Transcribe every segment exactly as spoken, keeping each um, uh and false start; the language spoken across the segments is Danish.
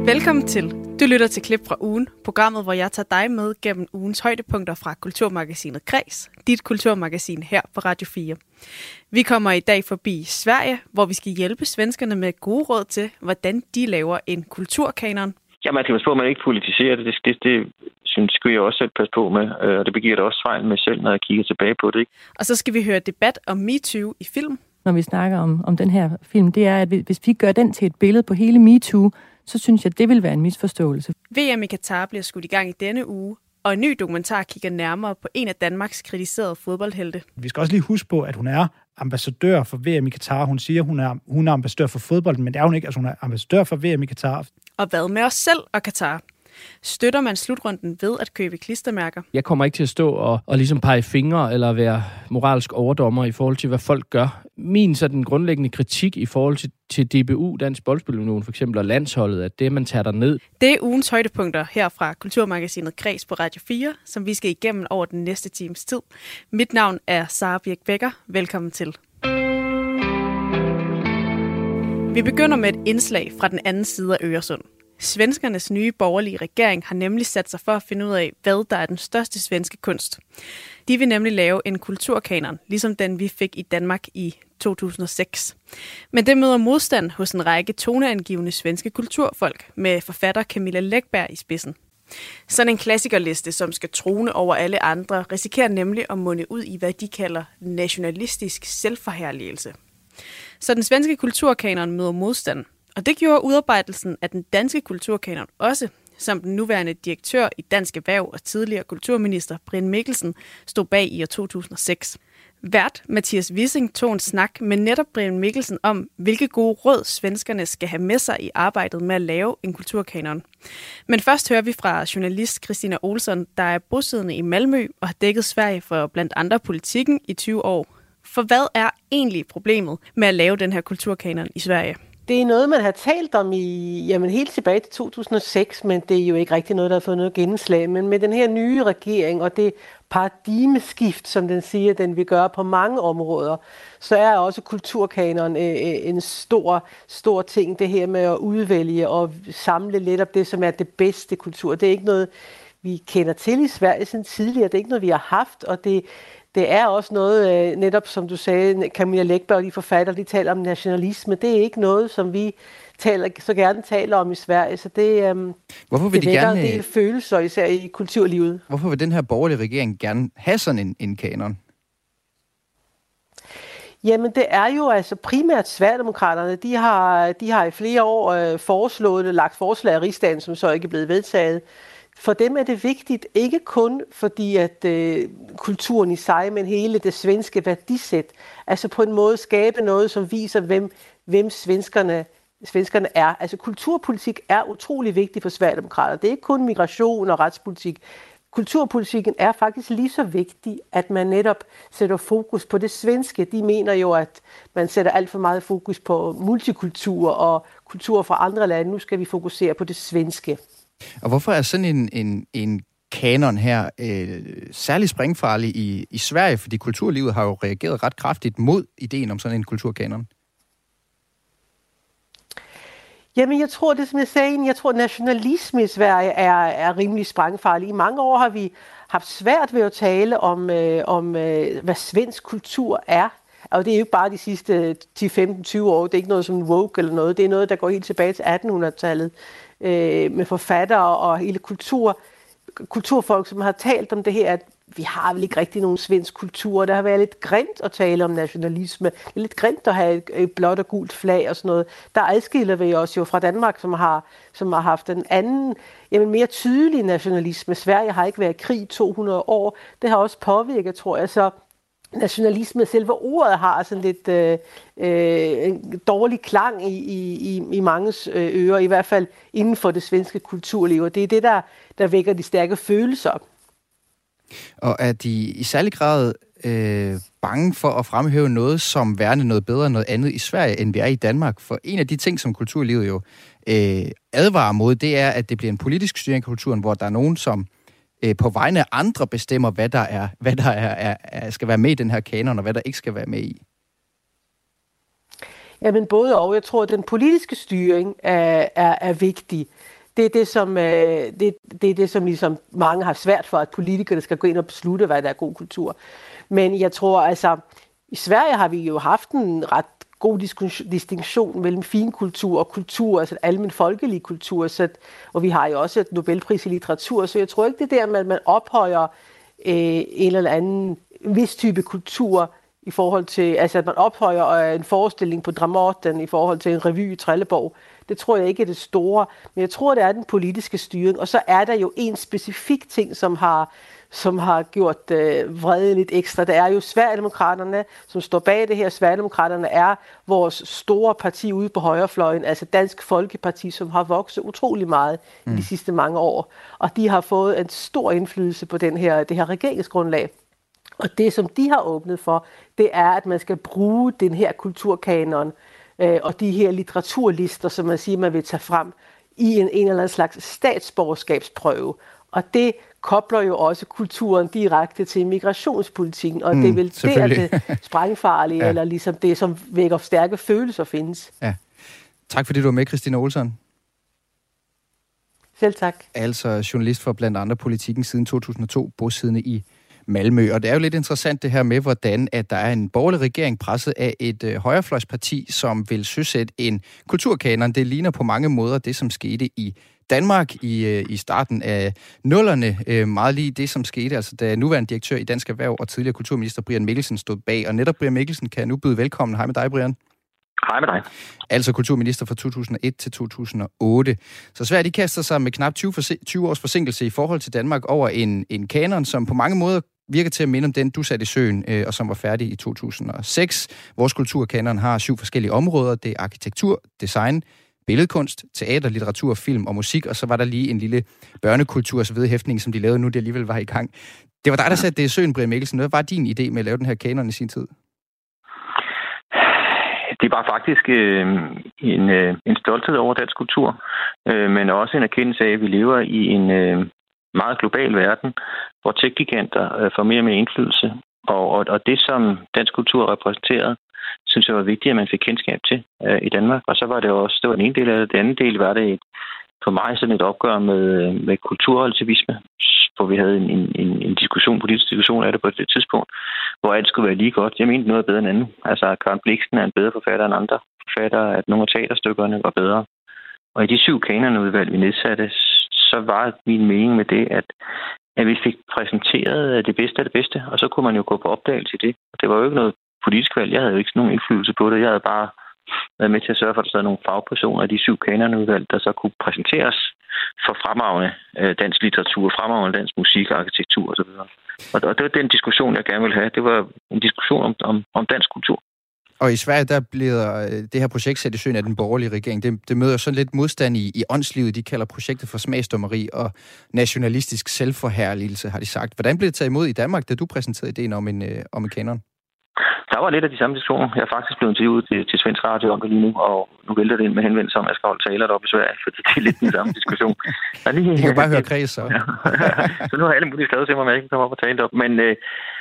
Velkommen til. Du lytter til Klip fra ugen, programmet, hvor jeg tager dig med gennem ugens højdepunkter fra Kulturmagasinet Kreds, dit kulturmagasin her på Radio fire. Vi kommer i dag forbi Sverige, hvor vi skal hjælpe svenskerne med gode råd til, hvordan de laver en kulturkanon. Ja, man skal passe på, at man ikke politiserer det. Det, det, det synes skal jeg også selv passe på med, og det begiver da også fejl med selv, når jeg kigger tilbage på det. Ikke? Og så skal vi høre debat om MeToo i film. Når vi snakker om, om den her film, det er, at hvis vi gør den til et billede på hele MeToo, så synes jeg, det vil være en misforståelse. V M i Katar bliver skudt i gang i denne uge, og en ny dokumentar kigger nærmere på en af Danmarks kritiserede fodboldhelte. Vi skal også lige huske på, at hun er ambassadør for V M i Katar. Hun siger, at hun er, hun er ambassadør for fodbolden, men det er hun ikke. Altså, hun er ambassadør for V M i Katar. Og hvad med os selv og Katar? Støtter man slutrunden ved at købe klistermærker? Jeg kommer ikke til at stå og, og ligesom pege fingre eller være moralsk overdommer i forhold til, hvad folk gør. Min sådan grundlæggende kritik i forhold til, til D B U, Dansk Boldspilunion for eksempel, og landsholdet, at det, man tager der ned. Det er ugens højdepunkter her fra Kulturmagasinet Kreds på Radio fire, som vi skal igennem over den næste times tid. Mit navn er Sara Birk Becker. Velkommen til. Vi begynder med et indslag fra den anden side af Øresund. Svenskernes nye borgerlige regering har nemlig sat sig for at finde ud af, hvad der er den største svenske kunst. De vil nemlig lave en kulturkanon, ligesom den vi fik i Danmark i to tusind og seks. Men det møder modstand hos en række toneangivende svenske kulturfolk med forfatter Camilla Läckberg i spidsen. Sådan en klassikerliste, som skal trone over alle andre, risikerer nemlig at munde ud i, hvad de kalder nationalistisk selvforherligelse. Så den svenske kulturkanon møder modstand. Og det gjorde udarbejdelsen af den danske kulturkanon også, som den nuværende direktør i Dansk Erhverv og tidligere kulturminister Brian Mikkelsen stod bag i år to tusind og seks. Vært Mathias Wissing tog en snak med netop Brian Mikkelsen om, hvilke gode råd svenskerne skal have med sig i arbejdet med at lave en kulturkanon. Men først hører vi fra journalist Christina Olsson, der er bosiddende i Malmø og har dækket Sverige for blandt andre Politikken i tyve år. For hvad er egentlig problemet med at lave den her kulturkanon i Sverige? Det er noget, man har talt om i, jamen helt tilbage til to tusind og seks, men det er jo ikke rigtig noget, der har fået noget gennemslag. Men med den her nye regering og det paradigmeskift, som den siger, den vil gøre på mange områder, så er også kulturkanon en stor, stor ting. Det her med at udvælge og samle lidt op det, som er det bedste kultur. Det er ikke noget, vi kender til i Sverige siden tidligere. Det er ikke noget, vi har haft, og det Det er også noget, netop som du sagde, Camilla Läckberg og de forfattere, de taler om nationalisme. Det er ikke noget, som vi taler, så gerne taler om i Sverige. Så det, um, Hvorfor vil det de gerne en del følelser, især i kulturlivet. Hvorfor vil den her borgerlige regering gerne have sådan en, en kanon? Jamen det er jo altså primært Sverigedemokraterne. De har, de har i flere år øh, foreslået, lagt forslag af rigsdagen, som så ikke er blevet vedtaget. For dem er det vigtigt, ikke kun fordi at øh, kulturen i sig, men hele det svenske værdisæt, altså på en måde skabe noget, som viser, hvem, hvem svenskerne, svenskerne er. Altså kulturpolitik er utrolig vigtig for Sverigedemokrater. Det er ikke kun migration og retspolitik. Kulturpolitikken er faktisk lige så vigtig, at man netop sætter fokus på det svenske. De mener jo, at man sætter alt for meget fokus på multikultur og kultur fra andre lande. Nu skal vi fokusere på det svenske. Og hvorfor er sådan en, en, en kanon her øh, særlig springfarlig i, i Sverige? Fordi kulturlivet har jo reageret ret kraftigt mod ideen om sådan en kulturkanon. Jamen, jeg tror, det som jeg sagde, jeg tror, at nationalisme i Sverige er, er rimelig sprængfarlig. I mange år har vi haft svært ved at tale om, øh, om øh, hvad svensk kultur er. Og det er jo ikke bare de sidste ti, femten, tyve år. Det er ikke noget som woke eller noget. Det er noget, der går helt tilbage til attenhundredetallet øh, med forfattere og hele kultur, kulturfolk, som har talt om det her, at vi har vel ikke rigtig nogen svensk kultur. Det har været lidt grimt at tale om nationalisme. Det er lidt grimt at have et, et blåt og gult flag og sådan noget. Der adskiller vi os jo fra Danmark, som har, som har haft en anden, jamen mere tydelig nationalisme. Sverige har ikke været i krig i to hundrede år. Det har også påvirket, tror jeg, så nationalisme, selve ordet har sådan lidt øh, øh, en dårlig klang i, i, i manges ører, i hvert fald inden for det svenske kulturliv. Og det er det, der, der vækker de stærke følelser. Og er de i særlig grad øh, bange for at fremhæve noget som værende noget bedre end noget andet i Sverige, end vi er i Danmark? For en af de ting, som kulturlivet jo øh, advarer mod, det er, at det bliver en politisk styring af kulturen, hvor der er nogen, som øh, på vegne af andre bestemmer, hvad der, er, hvad der er, er, er, skal være med i den her kanon, og hvad der ikke skal være med i. Jamen både og. Jeg tror, at den politiske styring er, er, er vigtig. det er det, som, øh, det, det, er det, som ligesom mange har svært for, at politikerne skal gå ind og beslutte, hvad der er god kultur. Men jeg tror, altså, i Sverige har vi jo haft en ret god distinktion mellem finkultur og kultur, altså almen folkelig kultur, så, og vi har jo også et Nobelpris i litteratur, så jeg tror ikke det der med, at man ophøjer øh, en eller anden vis type kultur i forhold til, altså at man ophøjer øh, en forestilling på Dramaten i forhold til en revy i Trelleborg. Det tror jeg ikke er det store, men jeg tror, det er den politiske styring, og så er der jo en specifik ting, som har som har gjort øh, vrede lidt ekstra. Det er jo Sverigedemokraterne, som står bag det her. Sverigedemokraterne er vores store parti ude på højrefløjen, altså Dansk Folkeparti, som har vokset utrolig meget mm. i de sidste mange år. Og de har fået en stor indflydelse på den her, det her regeringsgrundlag. Og det, som de har åbnet for, det er, at man skal bruge den her kulturkanon øh, og de her litteraturlister, som man siger, man vil tage frem i en, en eller anden slags statsborgerskabsprøve. Og det kobler jo også kulturen direkte til migrationspolitikken, og mm, det er vel det, at det sprængfarlige, ja. Eller ligesom det, som vækker stærke følelser findes. Ja. Tak fordi du var med, Christina Olsson. Selv tak. Altså journalist for blandt andre Politikken siden to tusind og to, bosiddende i Malmø. Og det er jo lidt interessant det her med, hvordan at der er en borgerlig regering presset af et øh, højrefløjsparti, som vil søsætte en kulturkanon. Det ligner på mange måder det, som skete i Danmark i, øh, i starten af nullerne. Øh, meget lige det, som skete, altså da nuværende direktør i Dansk Erhverv og tidligere kulturminister Brian Mikkelsen stod bag. Og netop Brian Mikkelsen kan jeg nu byde velkommen. Hej med dig, Brian. Hej med dig. Altså kulturminister fra to tusind og et til to tusind og otte. Så Sverige, de kaster sig med knap tyve, forsi- tyve års forsinkelse i forhold til Danmark over en, en kanon, som på mange måder virker til at minde om den, du satte i søen, øh, og som var færdig i to tusind og seks. Vores kulturkanon har syv forskellige områder. Det er arkitektur, design, billedkunst, teater, litteratur, film og musik, og så var der lige en lille børnekulturs vedhæftning, som de lavede nu, det alligevel var i gang. Det var dig, der satte det i søen, Brian Mikkelsen. Hvad var din idé med at lave den her kanon i sin tid? Det var faktisk øh, en, øh, en stolthed over dansk kultur, øh, men også en erkendelse af, at vi lever i en øh, meget global verden, hvor tech-giganter øh, får mere og mere indflydelse. Og, og, og det, som dansk kultur repræsenterede, synes jeg var vigtigt, at man fik kendskab til øh, i Danmark. Og så var det også, det var den ene del af det. Den anden del var det et, for mig sådan et opgør med, med kulturrelativisme, hvor vi havde en, en, en diskussion, politisk diskussion af det på et tidspunkt, hvor alt skulle være lige godt. Jeg mente noget bedre end andet. Altså, Karen Blixen er en bedre forfatter end andre forfattere, at nogle af teaterstykkerne var bedre. Og i de syv kanonudvalg, vi nedsatte, så var min mening med det, at, at vi fik præsenteret det bedste af det bedste, og så kunne man jo gå på opdagelse i det. Og det var jo ikke noget politisk valg. Jeg havde jo ikke nogen indflydelse på det. Jeg havde bare været med til at sørge for, at der sad nogle fagpersoner af de syv kanonudvalg, der så kunne præsenteres for fremragende øh, dansk litteratur, fremragende dansk musik, arkitektur osv. Og, og det var den diskussion, jeg gerne ville have. Det var en diskussion om, om, om dansk kultur. Og i Sverige, der bliver det her projekt sat i søen af den borgerlige regering. Det, det møder sådan lidt modstand i, i åndslivet. De kalder projektet for smagsdommeri og nationalistisk selvforherligelse, har de sagt. Hvordan blev det taget imod i Danmark, da du præsenterede ideen om en, øh, om en kanon? Der var lidt af de samme diskussioner. Jeg er faktisk blevet interviewet til, til Svensk Radio om det lige nu, og nu vælter det ind med henvendelse om, at jeg skal holde taler deroppe i Sverige, fordi det er lidt den samme diskussion. Lige, jeg kan bare høre kreds, så. Ja. Så nu har alle mulige skrevet til mig, at jeg ikke kan komme op og tale op. Men øh,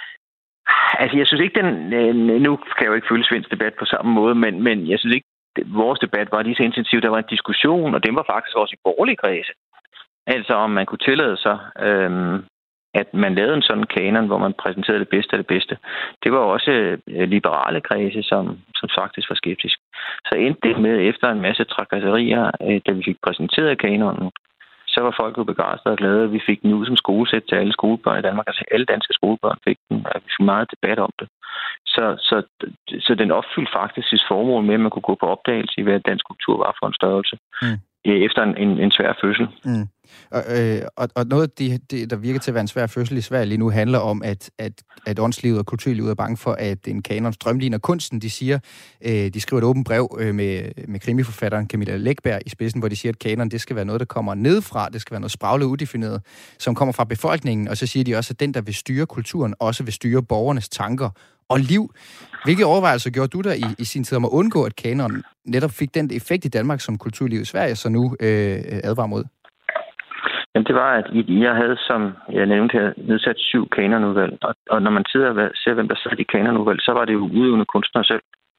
altså, jeg synes ikke, den... Øh, nu kan jeg jo ikke følge svensk debat på samme måde, men, men jeg synes ikke, at vores debat var lige så intensiv. Der var en diskussion, og den var faktisk også i borgerlige kredse. Altså, om man kunne tillade sig... Øh, at man lavede en sådan kanon, hvor man præsenterede det bedste af det bedste. Det var også liberale kredse, som, som faktisk var skeptisk. Så endte det med, efter en masse trakasserier, da vi fik præsenteret kanonen, så var folk jo begejstrede og glade. Vi fik den ud som skolesæt til alle skolebørn i Danmark. Altså alle danske skolebørn fik den, og vi fik meget debat om det. Så, så, så den opfyldte faktisk sit formål med, at man kunne gå på opdagelse i, hvad dansk kultur var for en størrelse. Mm. Efter en, en, en svær fødsel. Mm. Og, øh, og, og noget af det, det, der virker til at være en svær fødsel i Sverige lige nu, handler om, at, at, at åndslivet og kulturlivet er bange for, at en kanon strømligner kunsten. De siger, øh, de skriver et åbent brev øh, med, med krimiforfatteren Camilla Läckberg i spidsen, hvor de siger, at kanon, det skal være noget, der kommer nedefra, det skal være noget spraglet udefineret, som kommer fra befolkningen, og så siger de også, at den, der vil styre kulturen, også vil styre borgernes tanker og liv. Hvilke overvejelser gjorde du der i, i sin tid om at undgå, at kanon netop fik den effekt i Danmark, som kulturliv i Sverige så nu øh, advarer mod? Jamen, det var, at jeg havde, som jeg nævnte her, nedsat syv kanonudvalg. Og, og når man sidder og ser, hvem der sad i kanonudvalg, så var det jo udøvende kunstnere selv.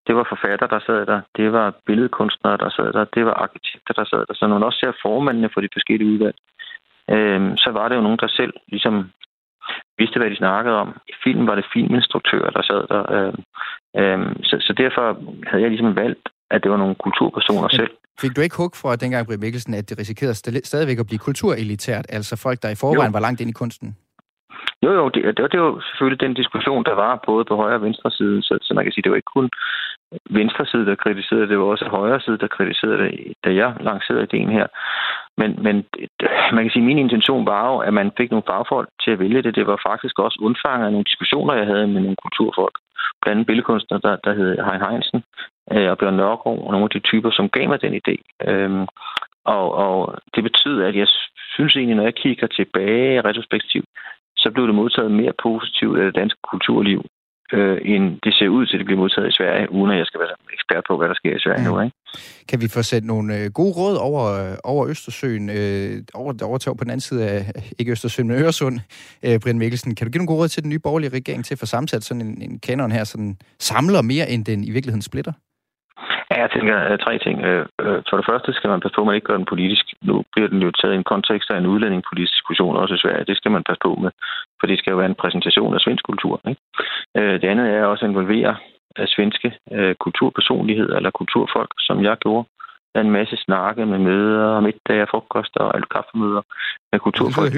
Det var forfattere, der sad der. Det var billedkunstnere, der sad der. Det var arkitekter, der sad der. Så når man også ser formændene for de forskellige udvalg, øh, så var det jo nogen, der selv ligesom vidste, hvad de snakkede om. I filmen var det filminstruktører, der sad der. Øh, øh, så, så derfor havde jeg ligesom valgt, at det var nogle kulturpersoner selv. Fik du ikke hug for, at dengang Brian Mikkelsen, at det risikerede stadigvæk at blive kulturelitært, altså folk, der i forvejen jo. var langt ind i kunsten? Jo, jo, det, det, det var jo selvfølgelig den diskussion, der var både på højre og venstre side, så, så man kan sige, det var ikke kun venstre side, der kritiserede det, det var også højre side, der kritiserede det, da jeg lancerede ideen her. Men, men man kan sige, at min intention var jo, at man fik nogle fagfolk til at vælge det. Det var faktisk også undfanget af nogle diskussioner, jeg havde med nogle kulturfolk. Blandt andet billedkunstnere, der, der hed Hein Heinsen øh, og Bjørn Nørgaard, og nogle af de typer, som gav mig den idé. Øhm, og, og det betyder, at jeg synes egentlig, når jeg kigger tilbage retrospektivt, så blev det modtaget mere positivt af det danske kulturliv, øh, end det ser ud til, at det bliver modtaget i Sverige, uden at jeg skal være ekspert på, hvad der sker i Sverige mm. nu. Ikke? Kan vi få sendt nogle øh, gode råd over, over Østersøen, øh, over, over til på den anden side af, ikke Østersøen, men Øresund, øh, Brian Mikkelsen. Kan du give nogle gode råd til den nye borgerlige regering til at få sammensat sådan en, en kanon her, sådan samler mere, end den i virkeligheden splitter? Ja, jeg tænker uh, tre ting. Uh, uh, for det første skal man passe på, at man ikke gør den politisk. Nu bliver den jo taget i en kontekst af en udlændingepolitisk diskussion, også i Sverige. Det skal man passe på med, for det skal jo være en præsentation af svensk kultur. Ikke? Uh, det andet er også at involvere uh, svenske uh, kulturpersonligheder eller kulturfolk, som jeg gjorde. Der er en masse snakke med møder og middag, frokoster og alle kaffemøder med kulturfolk.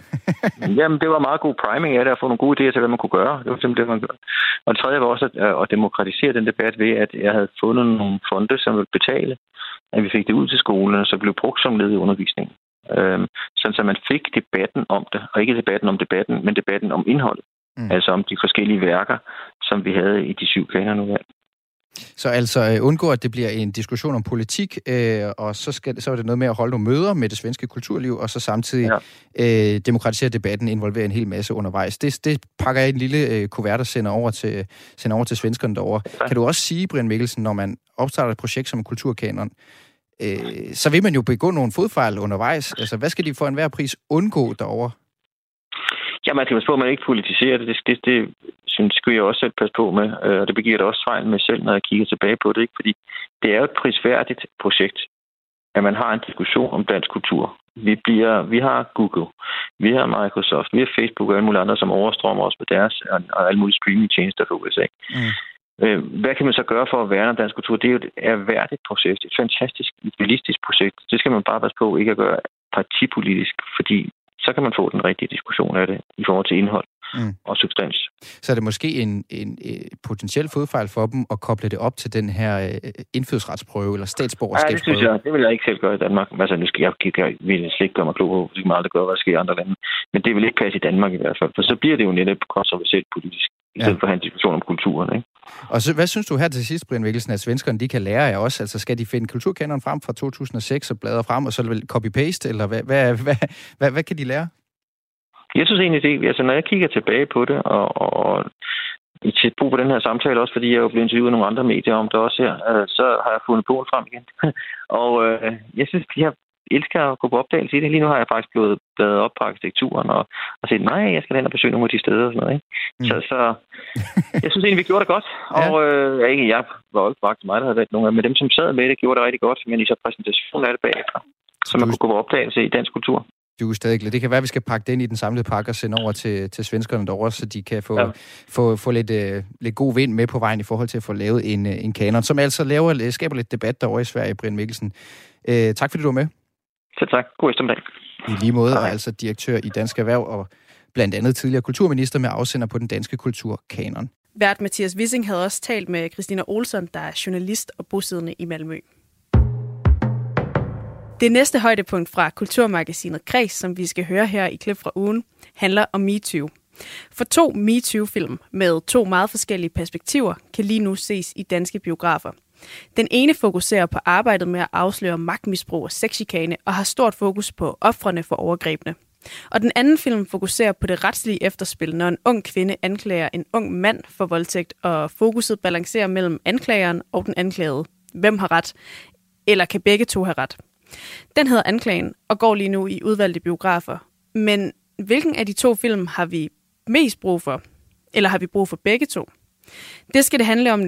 Jamen, det var meget god priming af det, at få nogle gode idéer til, hvad man kunne gøre. Det var simpelthen det, man gør. Og det tredje var også at, at demokratisere den debat ved, at jeg havde fundet nogle fonde, som ville betale, at vi fik det ud til skolerne, så blev brugt som led i undervisningen. Øhm, sådan så man fik debatten om det, og ikke debatten om debatten, men debatten om indholdet. Mm. Altså om de forskellige værker, som vi havde i de syv kanoner. Så altså øh, undgå, at det bliver en diskussion om politik, øh, og så, skal, så er det noget med at holde nogle møder med det svenske kulturliv, og så samtidig ja. øh, demokratisere debatten, involvere en hel masse undervejs. Det, det pakker jeg i en lille øh, kuvert og sender over til, sender over til svenskerne derovre. Ja. Kan du også sige, Brian Mikkelsen, når man opstarter et projekt som en kulturkanon, øh, så vil man jo begå nogle fodfejl undervejs. Altså, hvad skal de for enhver pris undgå derovre? Ja, man skal passe på, at man ikke politiserer det. Det, det, det synes skulle jeg også selv passe på med, og det begiver det også fejl med selv, når jeg kigger tilbage på det. Ikke? Fordi det er jo et prisværdigt projekt, at man har en diskussion om dansk kultur. Vi, bliver, vi har Google, vi har Microsoft, vi har Facebook og alle mulige andre, som overstrømmer os med deres og alle mulige streamingtjenester fra U S A. Mm. Hvad kan man så gøre for at værne om dansk kultur? Det er jo et erhverdigt projekt, et fantastisk, idealistisk projekt. Det skal man bare passe på ikke at gøre partipolitisk, fordi så kan man få den rigtige diskussion af det i forhold til indhold mm. og substans. Så er det måske en, en, en potentiel fodfejl for dem at koble det op til den her øh, indfødsretsprøve eller statsborgerskabsprøve? Ja, det synes jeg. Det vil jeg ikke selv gøre i Danmark. Altså, nu skal jeg, jeg, jeg vil slet ikke gøre mig klog på, det skal aldrig gøre, hvad der sker i andre lande. Men det vil ikke passe i Danmark i hvert fald, for så bliver det jo netop kontroversielt politisk, i stedet ja. for at have en diskussion om kulturen, ikke? Og så, hvad synes du her til sidst, Brian Mikkelsen, at svenskerne de kan lære af os? Altså, skal de finde kulturkanonen frem fra to tusind og seks og bladre frem, og så vil copy-paste, eller hvad, hvad, hvad, hvad, hvad kan de lære? Jeg synes egentlig, det, altså, når jeg kigger tilbage på det, og, og i til brug på den her samtale, også fordi jeg er jo blevet interviewet af nogle andre medier om det også her, øh, så har jeg fundet bogen frem igen. og øh, jeg synes, de har elsker at gå på opdagelse i det. Lige nu har jeg faktisk blevet bladet op på arkitekturen og, og set, nej, jeg skal hen og besøge nogle af de steder og sådan noget. Ikke? Mm. Så, så jeg synes egentlig, vi gjorde det godt. Ja. Og øh, ikke, jeg var jo ikke faktisk mig, der havde været nogle af, men dem, som sad med det, gjorde det rigtig godt, men i så præsentationen af det bagefter, så man kunne gå på opdagelse i dansk kultur. Du er stadig glad. Det kan være, at vi skal pakke den i den samlede pakke og sende over til, til svenskerne derovre, så de kan få, ja. få, få lidt, uh, lidt god vind med på vejen i forhold til at få lavet en, uh, en kanon, som altså laver, skaber lidt debat derovre i Sverige, Brian Mikkelsen. Uh, tak fordi du var med. Selv tak. God eftermiddag. I lige måde, og altså direktør i Dansk Erhverv og blandt andet tidligere kulturminister med afsender på den danske kulturkanon. Vært Mathias Wissing havde også talt med Christina Olsson, der er journalist og bosiddende i Malmø. Det næste højdepunkt fra kulturmagasinet Kreds, som vi skal høre her i klip fra ugen, handler om MeToo. For to MeToo-film med to meget forskellige perspektiver kan lige nu ses i danske biografer. Den ene fokuserer på arbejdet med at afsløre magtmisbrug og sexchikane og har stort fokus på ofrene for overgrebene. Og den anden film fokuserer på det retslige efterspil, når en ung kvinde anklager en ung mand for voldtægt, og fokuset balancerer mellem anklageren og den anklagede. Hvem har ret? Eller kan begge to have ret? Den hedder Anklagen og går lige nu i udvalgte biografer. Men hvilken af de to film har vi mest brug for? Eller har vi brug for begge to? Det skal det handle om nu,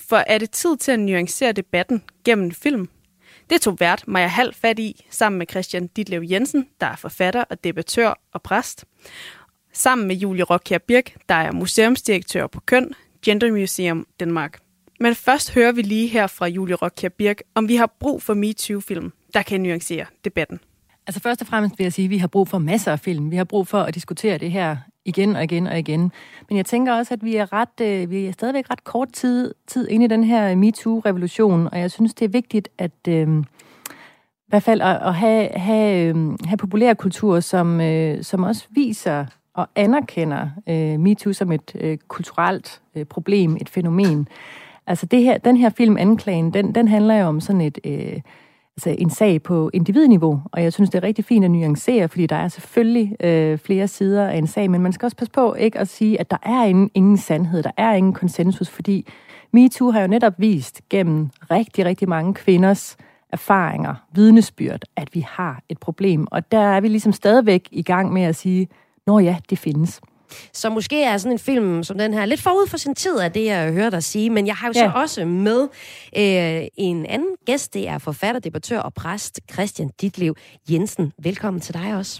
for er det tid til at nuancere debatten gennem en film? Det tog vært Maja Hall fat i, sammen med Christian Ditlev Jensen, der er forfatter og debattør og præst. Sammen med Julie Rockjær Birk, der er museumsdirektør på Køn, Gender Museum Danmark. Men først hører vi lige her fra Julie Rockjær Birk, om vi har brug for MeToo-film, der kan nuancere debatten. Altså først og fremmest vil jeg sige, at vi har brug for masser af film. Vi har brug for at diskutere det her igen og igen og igen. Men jeg tænker også, at vi er, ret, øh, vi er stadigvæk ret kort tid, tid inde i den her MeToo-revolution, og jeg synes, det er vigtigt at øh, i hvert fald at, at have, have, øh, have populærkultur, som, øh, som også viser og anerkender øh, MeToo som et øh, kulturelt øh, problem, et fænomen. Altså det her, den her film, Anklagen, den, den handler jo om sådan et... Øh, altså en sag på individniveau, og jeg synes, det er rigtig fint at nuancere, fordi der er selvfølgelig øh, flere sider af en sag, men man skal også passe på ikke at sige, at der er ingen, ingen sandhed, der er ingen konsensus, fordi MeToo har jo netop vist gennem rigtig, rigtig mange kvinders erfaringer, vidnesbyrd, at vi har et problem, og der er vi ligesom stadigvæk i gang med at sige, nå ja, det findes. Så måske er sådan en film som den her lidt forud for sin tid af det, jeg hører dig sige, men jeg har jo ja. så også med øh, en anden gæst, det er forfatter, debattør og præst Christian Ditlev Jensen. Velkommen til dig også.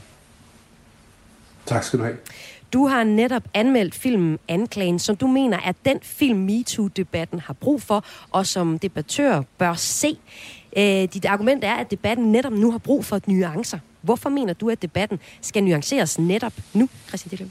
Tak skal du have. Du har netop anmeldt filmen Anklagen, som du mener er den film MeToo-debatten har brug for, og som debattør bør se. Øh, dit argument er, at debatten netop nu har brug for nuancer. Hvorfor mener du, at debatten skal nuanceres netop nu, Christian Ditlev?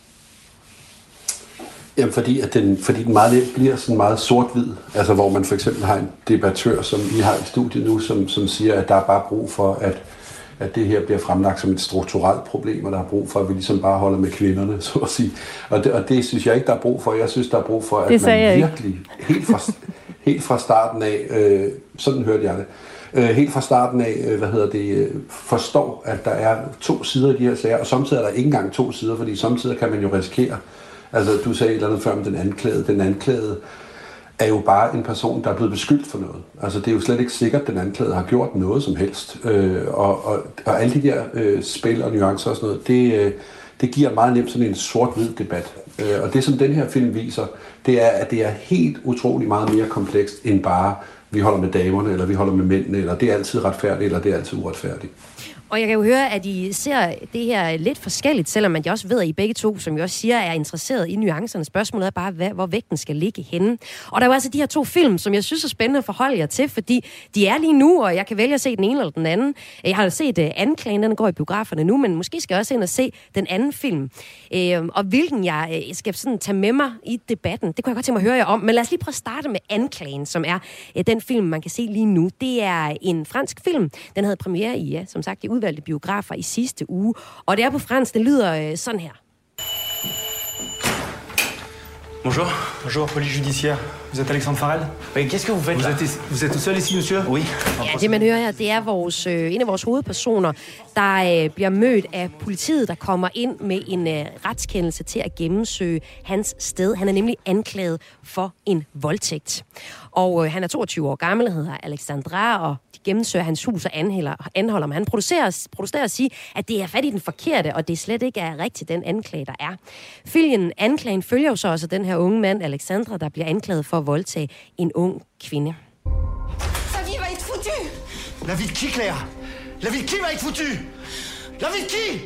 Jamen, fordi, at den, fordi den meget let bliver sådan meget sort-hvid. Altså, hvor man for eksempel har en debattør, som I har i studiet nu, som, som siger, at der er bare brug for, at, at det her bliver fremlagt som et strukturelt problem, og der er brug for, at vi ligesom bare holder med kvinderne, så at sige. Og det, og det synes jeg ikke, der er brug for. Jeg synes, der er brug for, at man virkelig, helt fra, helt fra starten af, øh, sådan hørte jeg det, øh, helt fra starten af, øh, hvad hedder det, øh, forstår, at der er to sider i de her sager, og samtidig er der ikke engang to sider, fordi samtidig kan man jo risikere. Altså, du sagde et eller andet før om den anklagede. Den anklagede er jo bare en person, der er blevet beskyldt for noget. Altså, det er jo slet ikke sikkert, at den anklagede har gjort noget som helst. Øh, og, og, og alle de der øh, spil og nuancer og sådan noget, det, øh, det giver meget nemt sådan en sort-hvid debat. Øh, og det, som den her film viser, det er, at det er helt utrolig meget mere komplekst end bare, vi holder med damerne, eller vi holder med mændene, eller det er altid retfærdigt, eller det er altid uretfærdigt. Og jeg kan jo høre, at I ser det her lidt forskelligt, selvom jeg også ved, at I begge to, som jeg også siger, er interesseret i nuancerne. Spørgsmålet er bare, hvad, hvor vægten skal ligge henne. Og der er jo altså de her to film, som jeg synes er spændende at forholde jer til, fordi de er lige nu, og jeg kan vælge at se den ene eller den anden. Jeg har set uh, Anklagen, den går i biograferne nu, men måske skal jeg også ind og se den anden film. Uh, og hvilken jeg uh, skal sådan tage med mig i debatten, det kunne jeg godt tænke mig at høre jer om. Men lad os lige prøve at starte med Anklagen, som er uh, den film, man kan se lige nu. Det er en fransk film. Den havde premiere i, ja, som sagt, i udvalgte biografer i sidste uge. Og det er på fransk, det lyder øh, sådan her. Bonjour. Bonjour, police judiciaire. Vous êtes Alexandre Farrell? Oui, qu'est-ce que vous faites là? Vous êtes, vous êtes tout seul ici, monsieur? Oui. Ja, det man hører her, det er vores, øh, en af vores hovedpersoner, der øh, bliver mødt af politiet, der kommer ind med en øh, retskendelse til at gennemsøge hans sted. Han er nemlig anklaget for en voldtægt. Og øh, han er toogtyve år gammel, hedder Alexandra, og de gennemsøger hans hus og anholder, anholder ham. Han protesterer, protesterer at sige, at det er fat i den forkerte, og det slet ikke er rigtigt den anklage, der er. Filmen Anklagen følger jo så også den her unge mand, Alexandra, der bliver anklaget for at voldtage en ung kvinde. Sa vie va être foutue! La vie de qui, Claire? La vie de qui va être foutue? La vie de qui?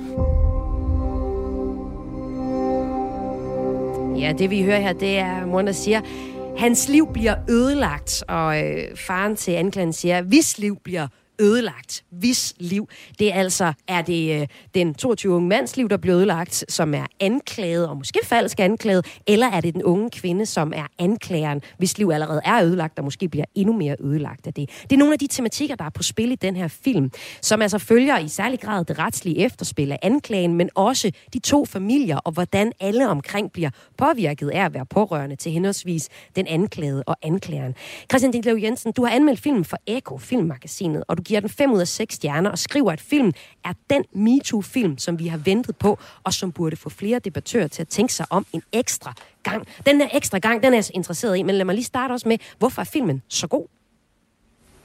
Ja, det vi hører her, det er moren, der siger, hans liv bliver ødelagt, og øh, faren til anklagen siger, hvis liv bliver ødelagt. Hvis liv. Det er altså, er det øh, den toogtyve-unge mands liv, der bliver ødelagt, som er anklaget, og måske falsk anklaget, eller er det den unge kvinde, som er anklageren, hvis liv allerede er ødelagt, og måske bliver endnu mere ødelagt af det. Det er nogle af de tematikker, der er på spil i den her film, som altså følger i særlig grad det retslige efterspil af anklagen, men også de to familier, og hvordan alle omkring bliver påvirket af at være pårørende til henholdsvis den anklagede og anklageren. Christian Ditlev Jensen, du har anmeldt filmen for Eko, filmmagasinet, og du giver den fem ud af seks stjerner og skriver, at filmen er den MeToo-film, som vi har ventet på, og som burde få flere debattører til at tænke sig om en ekstra gang. Den her ekstra gang, den er jeg interesseret i, men lad mig lige starte også med, hvorfor er filmen så god?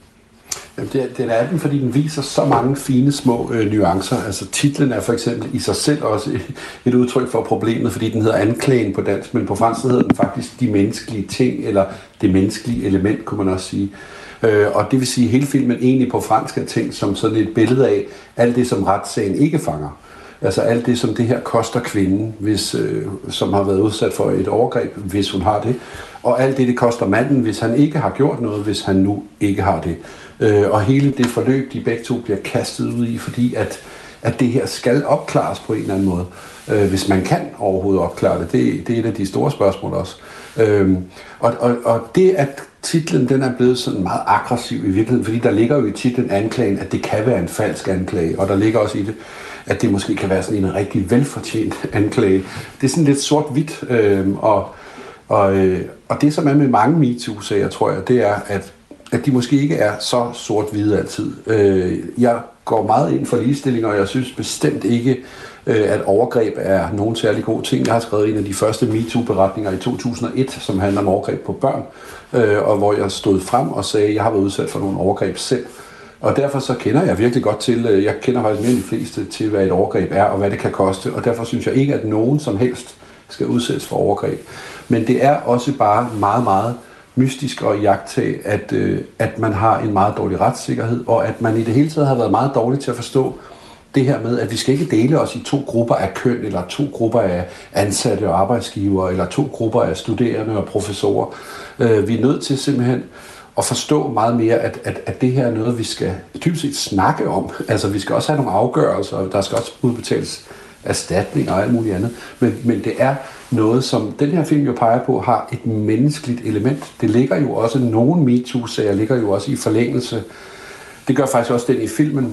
Jamen, det, er, det er den, fordi den viser så mange fine små øh, nuancer. Altså titlen er for eksempel i sig selv også et, et udtryk for problemet, fordi den hedder anklagen på dansk, men på fransk hedder den faktisk de menneskelige ting, eller det menneskelige element, kunne man også sige. Øh, og det vil sige, at hele filmen egentlig på fransk er tænkt som sådan et billede af alt det, som retssagen ikke fanger. Altså alt det, som det her koster kvinden, hvis, øh, som har været udsat for et overgreb, hvis hun har det. Og alt det, det koster manden, hvis han ikke har gjort noget, hvis han nu ikke har det. Øh, og hele det forløb, de begge to bliver kastet ud i, fordi at, at det her skal opklares på en eller anden måde. Øh, hvis man kan overhovedet opklare det, det, det er et af de store spørgsmål også. Øh, og, og, og det, at titlen den er blevet sådan meget aggressiv i virkeligheden, fordi der ligger jo i titlen anklagen, at det kan være en falsk anklage, og der ligger også i det, at det måske kan være sådan en rigtig velfortjent anklage. Det er sådan lidt sort-hvidt, øh, og, og, øh, og det, som er med mange MeToo-sager, tror jeg, det er, at, at de måske ikke er så sort-hvide altid. Øh, jeg går meget ind for ligestilling, og jeg synes bestemt ikke, øh, at overgreb er nogen særlig god ting. Jeg har skrevet en af de første MeToo-beretninger i to tusind og et, som handler om overgreb på børn, øh, og hvor jeg stod frem og sagde, at jeg har været udsat for nogle overgreb selv. Og derfor så kender jeg virkelig godt til, jeg kender faktisk mere end de fleste til, hvad et overgreb er, og hvad det kan koste. Og derfor synes jeg ikke, at nogen som helst skal udsættes for overgreb. Men det er også bare meget, meget mystisk at iagttage, at, at man har en meget dårlig retssikkerhed, og at man i det hele taget har været meget dårlig til at forstå det her med, at vi skal ikke dele os i to grupper af køn, eller to grupper af ansatte og arbejdsgivere, eller to grupper af studerende og professorer. Vi er nødt til simpelthen og forstå meget mere, at, at, at det her er noget, vi skal typisk set snakke om. Altså, vi skal også have nogle afgørelser, og der skal også udbetales erstatning og alt muligt andet. Men, men det er noget, som den her film jo peger på, har et menneskeligt element. Det ligger jo også, nogle MeToo-sager ligger jo også i forlængelse. Det gør faktisk også den i filmen,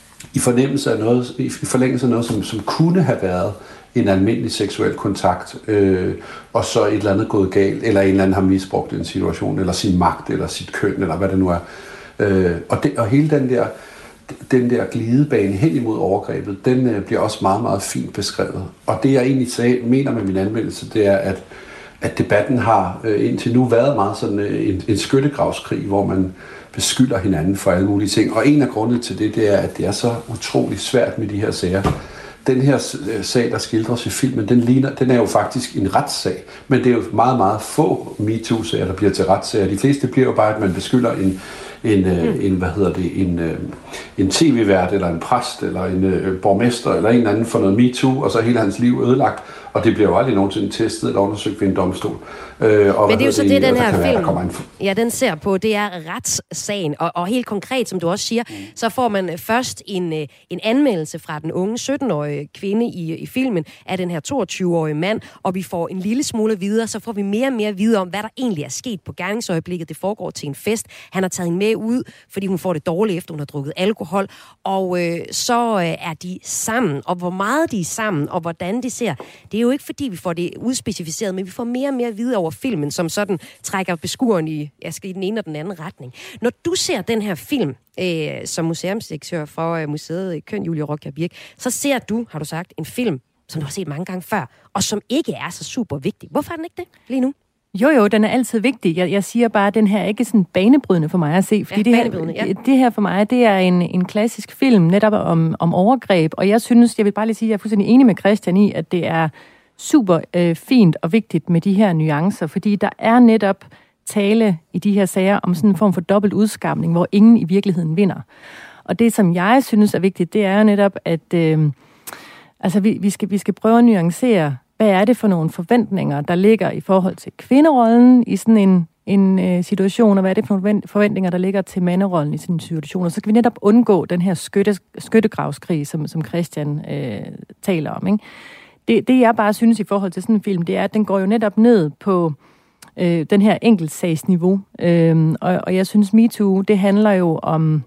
i fornemmelse af noget, i forlængelse af noget, som, som kunne have været en almindelig seksuel kontakt, øh, og så et eller andet gået galt, eller en eller anden har misbrugt en situation, eller sin magt, eller sit køn, eller hvad det nu er. Øh, og, det, og hele den der, den der glidebane hen imod overgrebet, den øh, bliver også meget, meget fint beskrevet. Og det jeg egentlig sagde, mener med min anmeldelse, det er, at, at debatten har øh, indtil nu været meget sådan øh, en, en skyttegravskrig, hvor man beskylder hinanden for alle mulige ting. Og en af grundene til det, det er, at det er så utrolig svært med de her sager. Den her sag, der skildres i filmen, den, ligner, den er jo faktisk en retssag, men det er jo meget, meget få MeToo-sager, der bliver til retssager. De fleste bliver jo bare, at man beskylder en, en, mm. en hvad hedder det, en, en tv-vært, eller en præst, eller en borgmester, eller en eller anden for noget MeToo, og så er hele hans liv ødelagt, og det bliver jo aldrig nogensinde testet eller undersøgt ved en domstol. Øh, og men det er jo så det, det den her film, være, en... ja, den ser på, det er retssagen, og, og helt konkret, som du også siger, mm. så får man først en, en anmeldelse fra den unge sytten-årige kvinde i, i filmen af den her toogtyve-årige mand, og vi får en lille smule videre, så får vi mere og mere videre om, hvad der egentlig er sket på gerningsøjeblikket. Det foregår til en fest. Han har taget hende med ud, fordi hun får det dårligt, efter hun har drukket alkohol, og øh, så øh, er de sammen, og hvor meget de er sammen, og hvordan de ser, det er jo ikke fordi, vi får det udspecificeret, men vi får mere og mere videre over filmen, som sådan trækker beskueren i, jeg skal i den ene og den anden retning. Når du ser den her film, øh, som museumsdirektør for øh, museet Køn, Julie Rockjær Birk, så ser du, har du sagt, en film, som du har set mange gange før, og som ikke er så super vigtig. Hvorfor er den ikke det lige nu? Jo, jo, den er altid vigtig. Jeg, jeg siger bare, at den her er ikke sådan banebrydende for mig at se. Fordi ja, det, her, ja. det her for mig, det er en, en klassisk film netop om, om overgreb. Og jeg synes, jeg vil bare lige sige, at jeg er fuldstændig enig med Christian i, at det er super øh, fint og vigtigt med de her nuancer. Fordi der er netop tale i de her sager om sådan en form for dobbelt udskamning, hvor ingen i virkeligheden vinder. Og det, som jeg synes er vigtigt, det er netop, at øh, altså, vi, vi, skal, vi skal prøve at nuancere, hvad er det for nogle forventninger, der ligger i forhold til kvinderollen i sådan en, en øh, situation, og hvad er det for nogle forventninger, der ligger til manderollen i sådan en situation. Og så kan vi netop undgå den her skytte, skyttegravskrig, som, som Christian øh, taler om. Ikke? Det, det, jeg bare synes i forhold til sådan en film, det er, at den går jo netop ned på øh, den her enkeltsagsniveau. Øh, og, og jeg synes, MeToo, det handler jo om...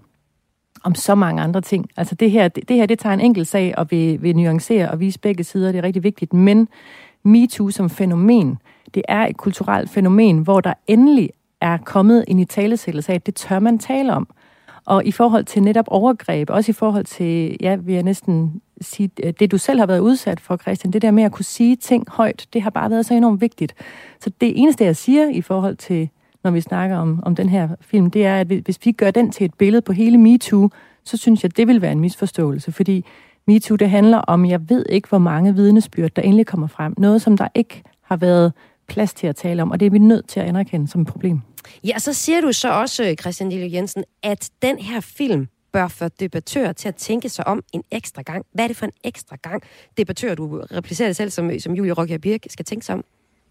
om så mange andre ting. Altså det her, det, det her, det tager en enkelt sag og vil, vil nuancere og vise begge sider, det er rigtig vigtigt. Men MeToo som fænomen, det er et kulturelt fænomen, hvor der endelig er kommet en italesættelse af, at det tør man tale om. Og i forhold til netop overgreb, også i forhold til, ja, vil jeg næsten sige, det du selv har været udsat for, Christian, det der med at kunne sige ting højt, det har bare været så enormt vigtigt. Så det eneste, jeg siger i forhold til når vi snakker om, om den her film, det er, at hvis vi gør den til et billede på hele MeToo, så synes jeg, det vil være en misforståelse, fordi MeToo, det handler om, jeg ved ikke, hvor mange vidnesbyrd, der endelig kommer frem. Noget, som der ikke har været plads til at tale om, og det er vi nødt til at anerkende som et problem. Ja, så siger du så også, Christian Lille Jensen, at den her film bør få debattører til at tænke sig om en ekstra gang. Hvad er det for en ekstra gang, debattør, du replicerer det selv, som, som Julie Rockjær Birk skal tænke sig om?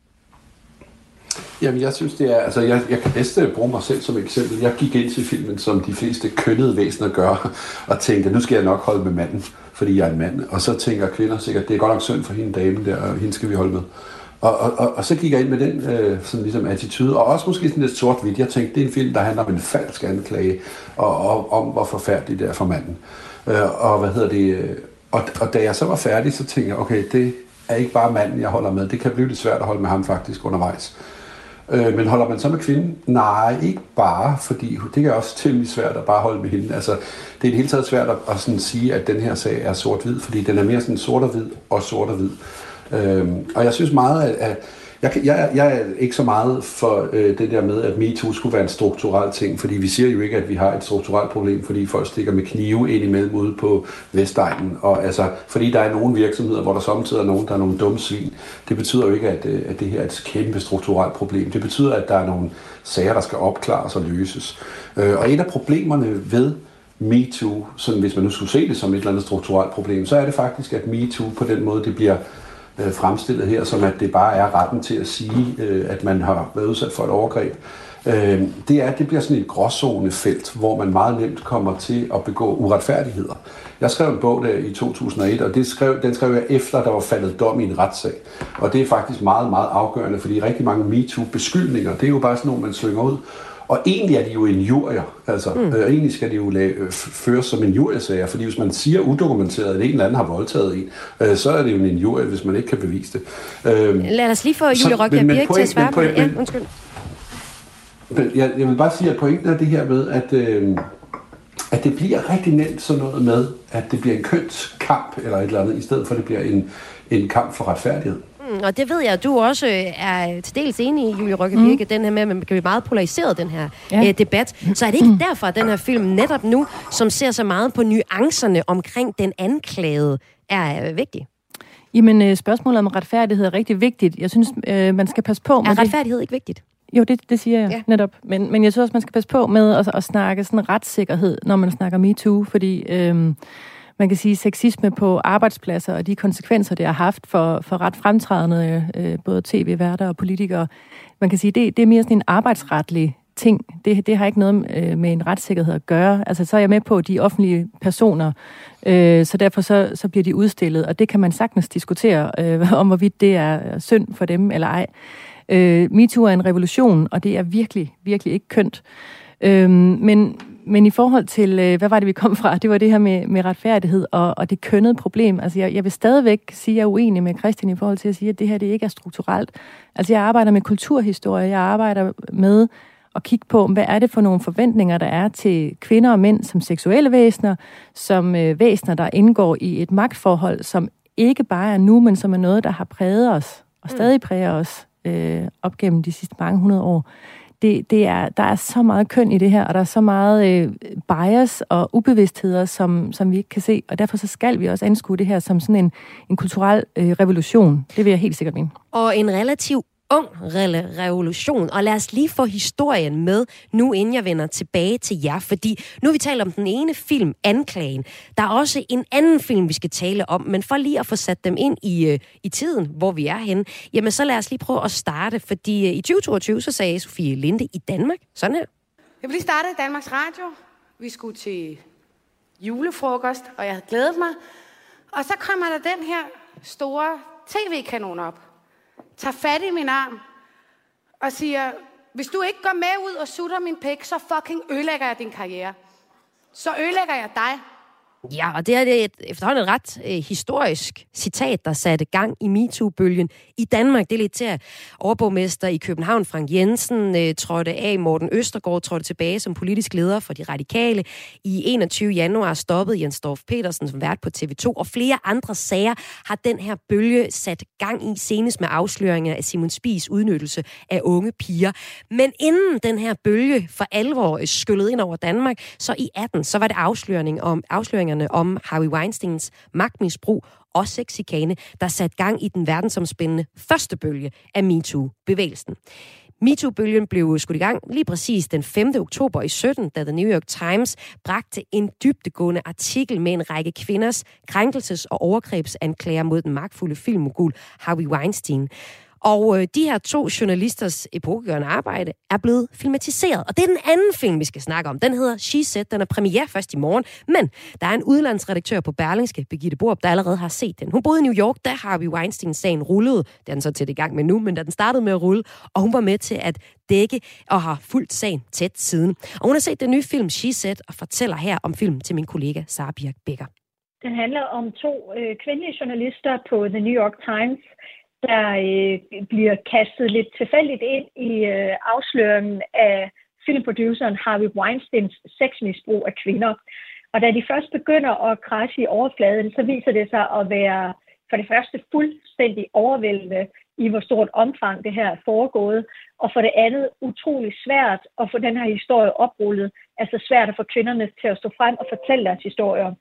Jamen, jeg synes, det er... Altså, jeg, jeg kan bedst bruge mig selv som eksempel. Jeg gik ind til filmen, som de fleste kønnede væsener gør, og tænkte, nu skal jeg nok holde med manden, fordi jeg er en mand. Og så tænker kvinder sikkert, det er godt nok synd for hende dame der, og hende skal vi holde med. Og, og, og, og så gik jeg ind med den øh, sådan ligesom attitude, og også måske sådan lidt sort-hvidt. Jeg tænkte, det er en film, der handler om en falsk anklage, og, og om hvor forfærdeligt det er for manden. Øh, og hvad hedder det... Og, og da jeg så var færdig, så tænkte jeg, okay, det er ikke bare manden, jeg holder med. Det kan blive lidt svært at holde med ham faktisk undervejs. Øh, men holder man så med kvinden? Nej, ikke bare, fordi det er også temmelig svært at bare holde med hende. Altså, det er i det hele taget svært at, at sådan sige, at den her sag er sort-hvid, fordi den er mere sådan sort og hvid og sort og hvid. Øhm, og jeg synes meget, at, at jeg, jeg, jeg er ikke så meget for øh, det der med, at MeToo skulle være en strukturel ting, fordi vi siger jo ikke, at vi har et strukturelt problem, fordi folk stikker med knive ind imellem ude på Vestegnen, og altså, fordi der er nogle virksomheder, hvor der samtidig er nogen, der er nogle dumme svin. Det betyder jo ikke, at, at det her er et kæmpe strukturelt problem. Det betyder, at der er nogle sager, der skal opklares og løses. Øh, og et af problemerne ved MeToo, sådan hvis man nu skulle se det som et eller andet strukturelt problem, så er det faktisk, at MeToo på den måde, det bliver fremstillet her, som at det bare er retten til at sige, at man har været udsat for et overgreb. Det er, at det bliver sådan et gråzonefelt, hvor man meget nemt kommer til at begå uretfærdigheder. Jeg skrev en bog der i to tusind og et, og det skrev, den skrev jeg efter, der var faldet dom i en retssag. Og det er faktisk meget, meget afgørende, fordi rigtig mange MeToo-beskyldninger, det er jo bare sådan nogle, man slynger ud. Og egentlig er de jo injurier, altså mm. øh, egentlig skal de jo lave, øh, føres som injuriesager, fordi hvis man siger udokumenteret, at en eller anden har voldtaget en, øh, så er det jo en injurie, hvis man ikke kan bevise det. Øh, Lad os lige få Julie Rockjær Birk til at svare på det. Ja, undskyld. Jeg, jeg vil bare sige, at pointen er det her med, at, øh, at det bliver rigtig nemt sådan noget med, at det bliver en kønskamp eller et eller andet, i stedet for at det bliver en, en kamp for retfærdighed. Og det ved jeg, at du også er til dels enig i, Julie Rockjær Birk, mm. den her med, at man kan blive meget polariseret, den her ja. øh, debat. Så er det ikke derfor, at den her film netop nu, som ser så meget på nuancerne omkring den anklagede, er øh, vigtig? Jamen, øh, spørgsmålet om retfærdighed er rigtig vigtigt. Jeg synes, øh, man skal passe på med Er retfærdighed det. Ikke vigtigt? Jo, det, det siger jeg ja. netop. Men, men jeg synes også, man skal passe på med at, at snakke sådan retssikkerhed, når man snakker MeToo, fordi... Øh, man kan sige, sexisme på arbejdspladser og de konsekvenser, det har haft for, for ret fremtrædende øh, både tv-værter og politikere. Man kan sige, det, det er mere sådan en arbejdsretlig ting. Det, det har ikke noget øh, med en retssikkerhed at gøre. Altså, så er jeg med på de offentlige personer, øh, så derfor så, så bliver de udstillet, og det kan man sagtens diskutere, øh, om hvorvidt det er synd for dem eller ej. Øh, MeToo er en revolution, og det er virkelig, virkelig ikke kønt. Øh, men Men i forhold til, hvad var det, vi kom fra? Det var det her med, med retfærdighed og, og det kønnede problem. Altså, jeg, jeg vil stadigvæk sige, at jeg er uenig med Christian i forhold til at sige, at det her det ikke er strukturelt. Altså, jeg arbejder med kulturhistorie. Jeg arbejder med at kigge på, hvad er det for nogle forventninger, der er til kvinder og mænd som seksuelle væsener, som øh, væsener, der indgår i et magtforhold, som ikke bare er nu, men som er noget, der har præget os, og stadig præger os øh, op gennem de sidste mange hundrede år. Det, det er, der er så meget køn i det her, og der er så meget øh, bias og ubevidstheder, som, som vi ikke kan se, og derfor så skal vi også anskue det her som sådan en, en kulturel øh, revolution. Det vil jeg helt sikkert mene. Og en relativ ung revolution, og lad os lige få historien med nu, inden jeg vender tilbage til jer, fordi nu har vi talt om den ene film, Anklagen. Der er også en anden film, vi skal tale om, men for lige at få sat dem ind i, øh, i tiden, hvor vi er henne, jamen så lad os lige prøve at starte, fordi øh, i tyve toogtyve, så sagde Sofie Linde i Danmark sådan her. Jeg vil lige starte i Danmarks Radio. Vi skulle til julefrokost, og jeg havde glædet mig. Og så kommer der den her store tv-kanon op, tager fat i min arm og siger, hvis du ikke går med ud og sutter min pik, så fucking ødelægger jeg din karriere. Så ødelægger jeg dig. Ja, og det er et efterhånden et ret øh, historisk citat, der satte gang i MeToo-bølgen i Danmark. Det er lidt til, at overborgmester i København, Frank Jensen, øh, trådte af. Morten Østergaard trådte tilbage som politisk leder for De Radikale. I enogtyvende januar stoppede Jens Dorph Petersen som vært på T V to, og flere andre sager har den her bølge sat gang i, senest med afsløringer af Simon Spies udnyttelse af unge piger. Men inden den her bølge for alvor skyllede ind over Danmark, så i atten, så var det afsløring om, afsløringer om Harvey Weinsteins magtmisbrug og sexchikane, der satte gang i den verdensomspændende første bølge af MeToo-bevægelsen. MeToo-bølgen blev skudt i gang lige præcis den femte oktober i sytten, da The New York Times bragte en dybdegående artikel med en række kvinders krænkelses- og overgrebsanklager mod den magtfulde filmmogul Harvey Weinstein. Og de her to journalisters epokegørende arbejde er blevet filmatiseret. Og det er den anden film, vi skal snakke om. Den hedder She Said. Den er premiere først i morgen. Men der er en udlandsredaktør på Berlingske, Birgitte Borup, der allerede har set den. Hun boede i New York, da Harvey Weinstein-sagen rullede. Det er den så til i gang med nu, men da den startede med at rulle. Og hun var med til at dække og har fulgt sagen tæt siden. Og hun har set den nye film She Said og fortæller her om filmen til min kollega Sara Birk Becker. Den handler om to øh, kvindelige journalister på The New York Times, der øh, bliver kastet lidt tilfældigt ind i øh, afsløringen af filmproduceren Harvey Weinsteins sexmisbrug af kvinder. Og da de først begynder at kradse i overfladen, så viser det sig at være for det første fuldstændig overvældende i, hvor stort omfang det her er foregået, og for det andet utrolig svært at få den her historie oprullet, altså svært at få kvinderne til at stå frem og fortælle deres historier.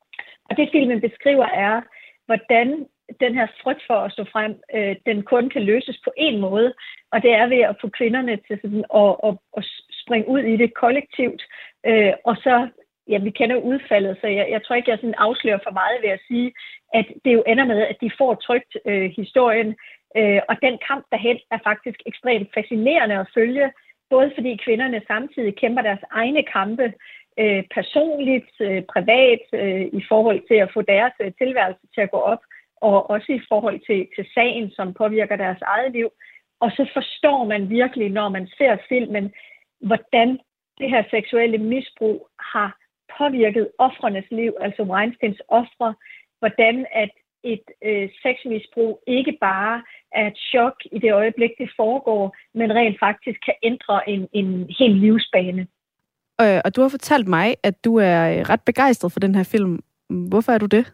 Og det filmen beskriver er, hvordan den her frygt for at stå frem, øh, den kun kan løses på en måde, og det er ved at få kvinderne til sådan at, at, at springe ud i det kollektivt, øh, og så, ja, vi kender udfaldet, så jeg, jeg tror ikke, jeg sådan afslører for meget ved at sige, at det jo ender med, at de får trykt øh, historien, øh, og den kamp derhen er faktisk ekstremt fascinerende at følge, både fordi kvinderne samtidig kæmper deres egne kampe, øh, personligt, øh, privat, øh, i forhold til at få deres øh, tilværelse til at gå op, og også i forhold til, til sagen, som påvirker deres eget liv. Og så forstår man virkelig, når man ser filmen, hvordan det her seksuelle misbrug har påvirket ofrenes liv, altså Weinsteins ofre, hvordan at et øh, sexmisbrug ikke bare er et chok i det øjeblik, det foregår, men rent faktisk kan ændre en, en hel livsbane. Øh, og du har fortalt mig, at du er ret begejstret for den her film. Hvorfor er du det?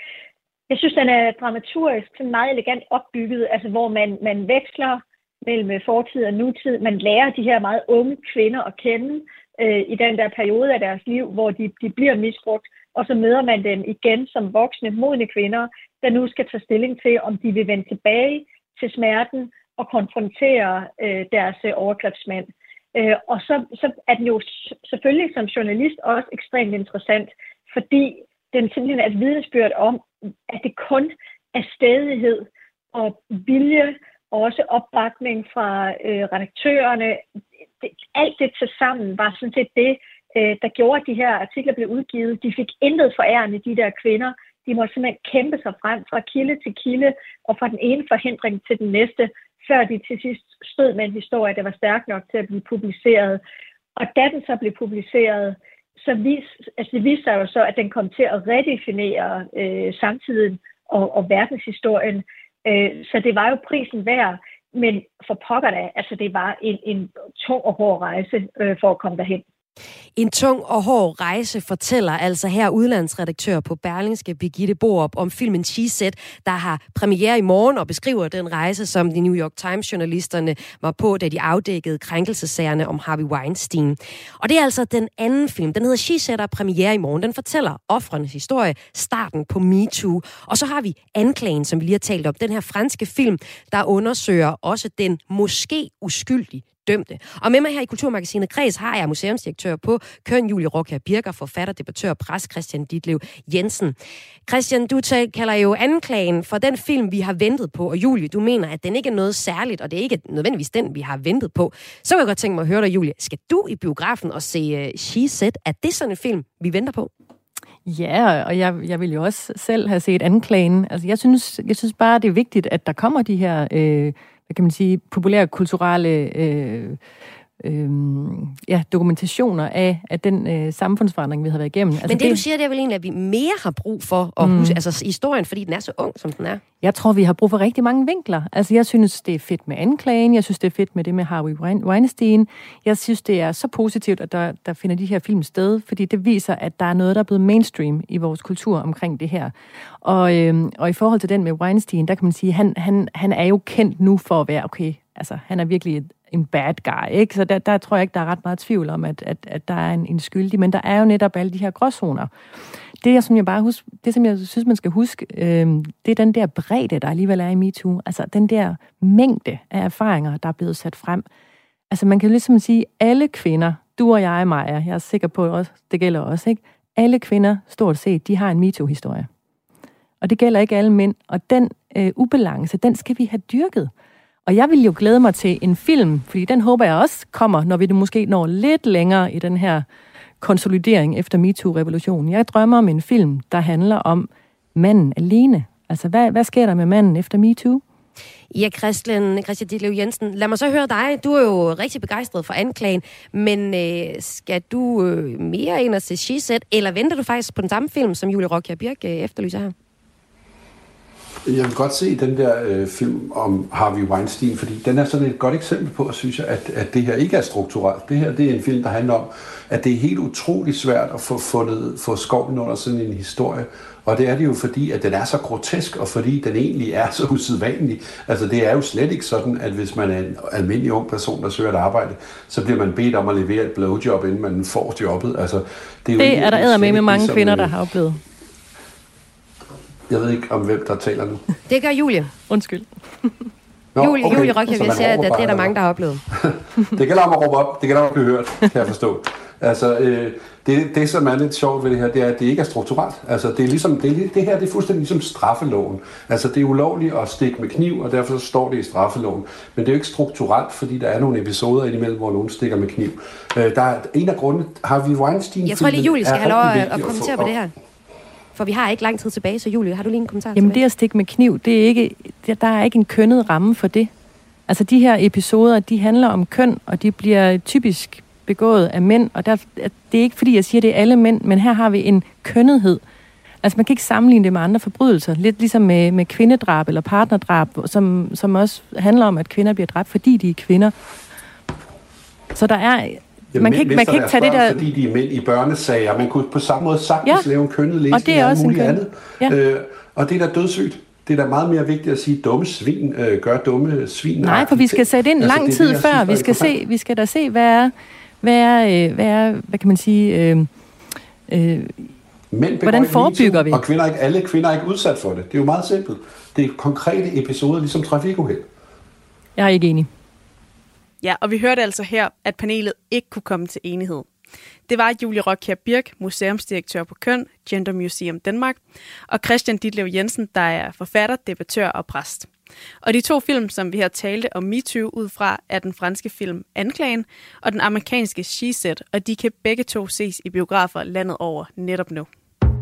Jeg synes, den er dramaturgisk meget elegant opbygget, altså hvor man, man veksler mellem fortid og nutid. Man lærer de her meget unge kvinder at kende øh, i den der periode af deres liv, hvor de, de bliver misbrugt, og så møder man dem igen som voksne, modne kvinder, der nu skal tage stilling til, om de vil vende tilbage til smerten og konfrontere øh, deres øh, overgrebsmænd. Øh, og så, så er den jo selvfølgelig som journalist også ekstremt interessant, fordi den simpelthen er et vidnesbyrd om, at det kun er stædighed og vilje, og også opbakning fra øh, redaktørerne. Det, alt det til sammen var sådan set det, øh, der gjorde, at de her artikler blev udgivet. De fik intet forærende, de der kvinder. De måtte simpelthen kæmpe sig frem fra kilde til kilde, og fra den ene forhindring til den næste, før de til sidst stod med en historie, der var stærk nok til at blive publiceret. Og da den så blev publiceret, så vis, altså det viste sig jo så, at den kom til at redefinere øh, samtiden og, og verdenshistorien. Øh, så det var jo prisen værd, men for pokker da, altså det var en, en tung og hård rejse øh, for at komme derhen. En tung og hård rejse fortæller altså her udlandsredaktør på Berlingske Birgitte Borup om filmen She Said, der har premiere i morgen og beskriver den rejse, som de New York Times-journalisterne var på, da de afdækkede krænkelsessagerne om Harvey Weinstein. Og det er altså den anden film. Den hedder She Said, der er premiere i morgen. Den fortæller ofrenes historie, starten på MeToo. Og så har vi Anklagen, som vi lige har talt om. Den her franske film, der undersøger også den måske uskyldige dømte. Og med mig her i Kulturmagasinet Kreds har jeg museumsdirektør på Køn, Julie Rockher Birker, forfatter, debattør, præst Christian Ditlev Jensen. Christian, du kalder jo Anklagen for den film, vi har ventet på, og Julie, du mener, at den ikke er noget særligt, og det er ikke nødvendigvis den, vi har ventet på. Så vil jeg godt tænke mig at høre dig, Julie. Skal du i biografen og se uh, She Said? Er det sådan en film, vi venter på? Ja, og jeg, jeg vil jo også selv have set Anklagen. Altså, jeg synes, jeg synes bare, det er vigtigt, at der kommer de her øh, hvad kan man sige, populære kulturelle øh, øh, ja, dokumentationer af, af den øh, samfundsforandring, vi har været igennem. Altså, Men det, det, du siger, det er vel egentlig, at vi mere har brug for at mm. huske altså, historien, fordi den er så ung, som den er. Jeg tror, vi har brug for rigtig mange vinkler. Altså, jeg synes, det er fedt med anklagen. Jeg synes, det er fedt med det med Harvey Weinstein. Jeg synes, det er så positivt, at der, der finder de her film sted, fordi det viser, at der er noget, der er blevet mainstream i vores kultur omkring det her. Og, øhm, og i forhold til den med Weinstein, der kan man sige, han, han, han er jo kendt nu for at være, okay, altså, han er virkelig et, en bad guy, ikke? Så der, der tror jeg ikke, der er ret meget tvivl om, at, at, at der er en, en skyldig, men der er jo netop alle de her gråzoner. Det, som jeg bare husk, det, som jeg synes, man skal huske, øh, det er den der bredde, der alligevel er i MeToo. Altså den der mængde af erfaringer, der er blevet sat frem. Altså man kan ligesom sige, alle kvinder, du og jeg, Maja, jeg er sikker på, at også, det gælder også, ikke? Alle kvinder, stort set, de har en MeToo-historie. Og det gælder ikke alle mænd. Og den øh, ubalance, den skal vi have dyrket. Og jeg vil jo glæde mig til en film, fordi den håber jeg også kommer, når vi måske når lidt længere i den her konsolidering efter MeToo-revolutionen. Jeg drømmer om en film, der handler om manden alene. Altså, hvad, hvad sker der med manden efter MeToo? Ja, Christian, Christian Ditlev Jensen, lad mig så høre dig. Du er jo rigtig begejstret for anklagen, men øh, skal du øh, mere ind og se She Said, eller venter du faktisk på den samme film, som Julie Rockjær Birk øh, efterlyser her? Jeg vil godt se den der øh, film om Harvey Weinstein, fordi den er sådan et godt eksempel på, synes jeg, at, at det her ikke er strukturelt. Det her, det er en film, der handler om, at det er helt utroligt svært at få fundet, få skovlen under sådan en historie. Og det er det jo fordi, at den er så grotesk, og fordi den egentlig er så usædvanlig. Altså det er jo slet ikke sådan, at hvis man er en almindelig ung person, der søger et arbejde, så bliver man bedt om at levere et blowjob, inden man får jobbet. Altså, det er, jo det er der eddermame med mange ligesom, kvinder, der har oplevet. Jeg ved ikke, om hvem der taler nu. Det gør Julie. Undskyld. Nå, Julie, okay. Julie Rockjær Birk siger, at det er der mange, der har oplevet. Det gælder om at råbe op. Det gælder om at blive hørt, kan jeg forstå. Altså, øh, det, det, som er lidt sjovt ved det her, det er, at det ikke er strukturelt. Altså, det er ligesom, det, det her det er fuldstændig ligesom straffeloven. Altså, det er ulovligt at stikke med kniv, og derfor står det i straffeloven. Men det er jo ikke strukturelt, fordi der er nogle episoder indimellem, hvor nogen stikker med kniv. Øh, der er en af grundene, Harvey Weinstein... Jeg tror lige, Julie skal have lov at, at kommentere på det her. For vi har ikke lang tid tilbage, så Julie, har du lige en kommentar? Jamen tilbage? Det at stikke med kniv, det er ikke, der er ikke en kønnet ramme for det. Altså de her episoder, de handler om køn, og de bliver typisk begået af mænd, og der, det er ikke fordi, jeg siger, det er alle mænd, men her har vi en kønnethed. Altså man kan ikke sammenligne det med andre forbrydelser, lidt ligesom med, med kvindedrab eller partnerdrab, som, som også handler om, at kvinder bliver dræbt, fordi de er kvinder. Så der er... Jamen, man kan ikke, man kan ikke tage det der... Fordi de er mænd i børnesager. Man kunne på samme måde sagtens ja. lave en kønnet læsning og det er også muligt en andet. Ja. Øh, og det er da dødssygt. Det er da meget mere vigtigt at sige, dumme svin øh, gør dumme svin. Nej, for vi skal sætte ind altså, lang tid det, før. Vi skal, se, vi skal da se, hvad er... Hvad, er, hvad, er, hvad kan man sige... Øh, øh, hvordan forebygger vi? Og kvinder ikke, alle kvinder er ikke udsat for det. Det er jo meget simpelt. Det er konkrete episoder, ligesom trafikuheld. Jeg er ikke enig. Ja, og vi hørte altså her, at panelet ikke kunne komme til enighed. Det var Julie Rockjær Birk, museumsdirektør på Køn, Gender Museum Danmark, og Christian Ditlev Jensen, der er forfatter, debattør og præst. Og de to film, som vi her talte om MeToo ud fra, er den franske film Anklagen og den amerikanske She Said, og de kan begge to ses i biografer landet over netop nu.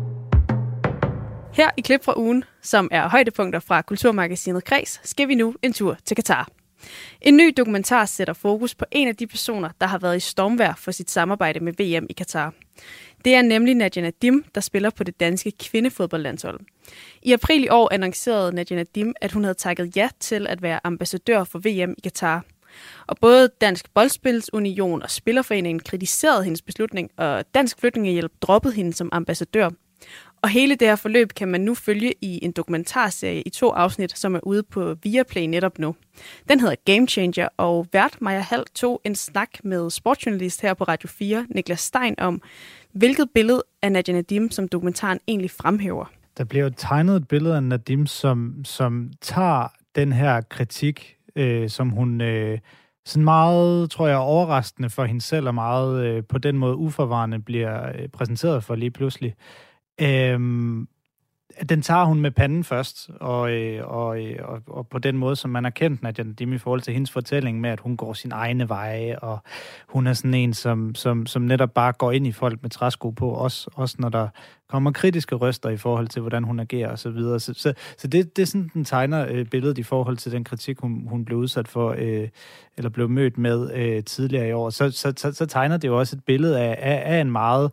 Her i klip fra ugen, som er højdepunkter fra kulturmagasinet Kreds, skal vi nu en tur til Katar. En ny dokumentar sætter fokus på en af de personer, der har været i stormvejr for sit samarbejde med V M i Katar. Det er nemlig Nadia Nadim, der spiller på det danske kvindefodboldlandshold. I april i år annoncerede Nadia Nadim, at hun havde takket ja til at være ambassadør for V M i Katar. Og både Dansk Boldspilsunion og Spillerforeningen kritiserede hendes beslutning, og Dansk Flygtningehjælp droppede hende som ambassadør. Og hele det her forløb kan man nu følge i en dokumentarserie i to afsnit, som er ude på Viaplay netop nu. Den hedder Game Changer, og vært Maja Hall tog en snak med sportsjournalist her på Radio fire, Niklas Stein, om hvilket billede af Nadia Nadim, som dokumentaren egentlig fremhæver. Der bliver jo tegnet et billede af Nadim, som, som tager den her kritik, øh, som hun øh, sådan meget, tror jeg, overraskende for hende selv, og meget øh, på den måde uforvarende bliver øh, præsenteret for lige pludselig. Øhm, den tager hun med panden først, og, øh, og, øh, og, og på den måde, som man har kendt Nadia Nadim i forhold til hendes fortælling med, at hun går sin egne veje, og hun er sådan en, som, som, som netop bare går ind i folk med træsko på, også, også når der kommer kritiske røster i forhold til, hvordan hun agerer og så videre. Så, så, så det, det er sådan, den tegner øh, billedet i forhold til den kritik, hun, hun blev udsat for, øh, eller blev mødt med øh, tidligere i år. Så, så, så, så tegner det jo også et billede af, af, af en meget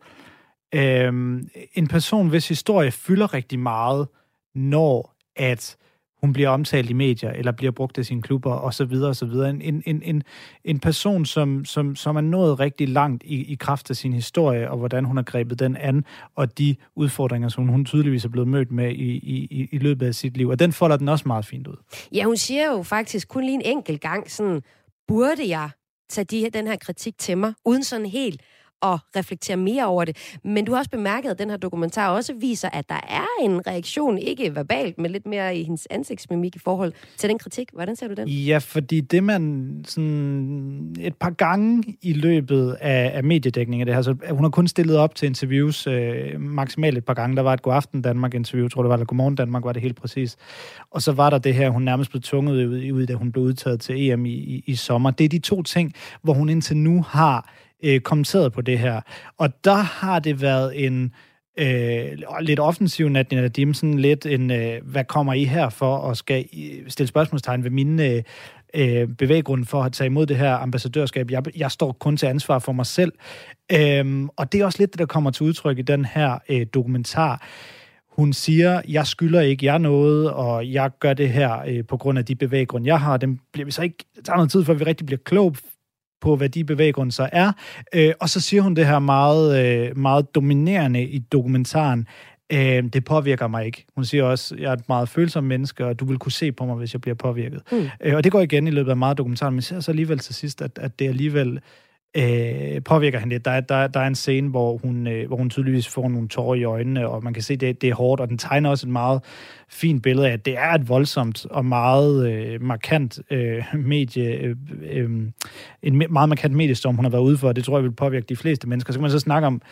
Øhm, en person, hvis historie fylder rigtig meget, når at hun bliver omtalt i medier, eller bliver brugt af sine klubber, og så videre, og så videre. En, en, en, en person, som, som, som er nået rigtig langt i, i kraft af sin historie, og hvordan hun har grebet den an, og de udfordringer, som hun tydeligvis er blevet mødt med i, i, i løbet af sit liv. Og den folder den også meget fint ud. Ja, hun siger jo faktisk kun lige en enkelt gang sådan, burde jeg tage de, den her kritik til mig, uden sådan helt og reflektere mere over det. Men du har også bemærket, at den her dokumentar også viser, at der er en reaktion, ikke verbalt, men lidt mere i hendes ansigtsmimik i forhold til den kritik. Hvordan ser du den? Ja, fordi det man sådan et par gange i løbet af, af mediedækningen af det her, så hun har kun stillet op til interviews øh, maksimalt et par gange. Der var et Godaften Danmark-interview, tror det var, eller Godmorgen Danmark var det helt præcis. Og så var der det her, hun nærmest blev tvunget ud, ud da hun blev udtaget til E M i, i, i sommer. Det er de to ting, hvor hun indtil nu har øh, kommenteret på det her. Og der har det været en øh, lidt offensiv Nadia Nadim, sådan lidt en, øh, hvad kommer I her for, og skal stille spørgsmålstegn ved mine øh, bevæggrunde for at tage imod det her ambassadørskab. Jeg, jeg står kun til ansvar for mig selv. Øhm, og det er også lidt det, der kommer til udtryk i den her øh, dokumentar. Hun siger, jeg skylder ikke jer noget, og jeg gør det her øh, på grund af de bevæggrunde, jeg har. Dem bliver vi så ikke, det tager noget tid, før vi rigtig bliver klog på, hvad de bevæggrunde så er. Øh, og så siger hun det her meget, øh, meget dominerende i dokumentaren. Øh, det påvirker mig ikke. Hun siger også, jeg er et meget følsomt menneske, og du vil kunne se på mig, hvis jeg bliver påvirket. Mm. Øh, og det går igen i løbet af meget dokumentaren, men ser så alligevel til sidst, at, at det alligevel øh, påvirker hende lidt. Der er, der, der er en scene, hvor hun, øh, hvor hun tydeligvis får nogle tårer i øjnene, og man kan se, at det, det er hårdt, og den tegner også et meget fint billede af, at det er et voldsomt og meget øh, markant øh, medie, øh, øh, en meget markant mediestorm, hun har været ude for, og det tror jeg vil påvirke de fleste mennesker. Så kan man så snakke om,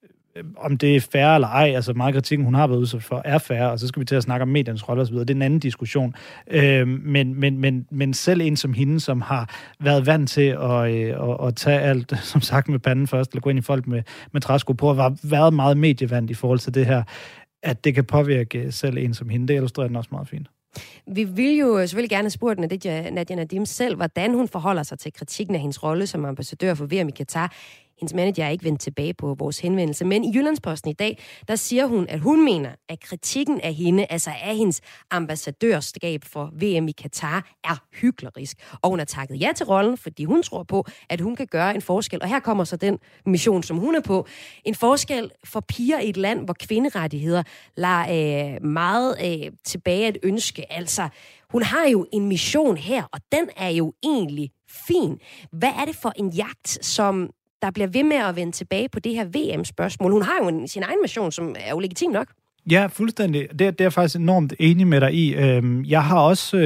om det er fair eller ej, altså meget kritikken, hun har været udsat for, er fair, og så skal vi til at snakke om mediernes rolle og så videre. Det er en anden diskussion. Øh, men, men, men, men selv en som hende, som har været vant til at, øh, at tage alt, som sagt, med panden først, eller gå ind i folk med, med træsko på, og har været meget medievant i forhold til det her, at det kan påvirke selv en som hende. Det illustrerer den også meget fint. Vi vil jo selvfølgelig gerne have spurgt Nadia, Nadia Nadim selv, hvordan hun forholder sig til kritikken af hendes rolle som ambassadør for V M i Katar. Hendes manager er ikke vendt tilbage på vores henvendelse, men i Jyllandsposten i dag, der siger hun, at hun mener, at kritikken af hende, altså af hendes ambassadørskab for V M i Katar, er hyklerisk. Og hun har takket ja til rollen, fordi hun tror på, at hun kan gøre en forskel. Og her kommer så den mission, som hun er på. En forskel for piger i et land, hvor kvinderettigheder lader øh, meget øh, tilbage at ønske. Altså, hun har jo en mission her, og den er jo egentlig fin. Hvad er det for en jagt, som der bliver ved med at vende tilbage på det her V M-spørgsmål? Hun har jo en, sin egen mission, som er jo legitim nok. Ja, fuldstændig. Det, det er jeg faktisk enormt enig med dig i. Jeg har også...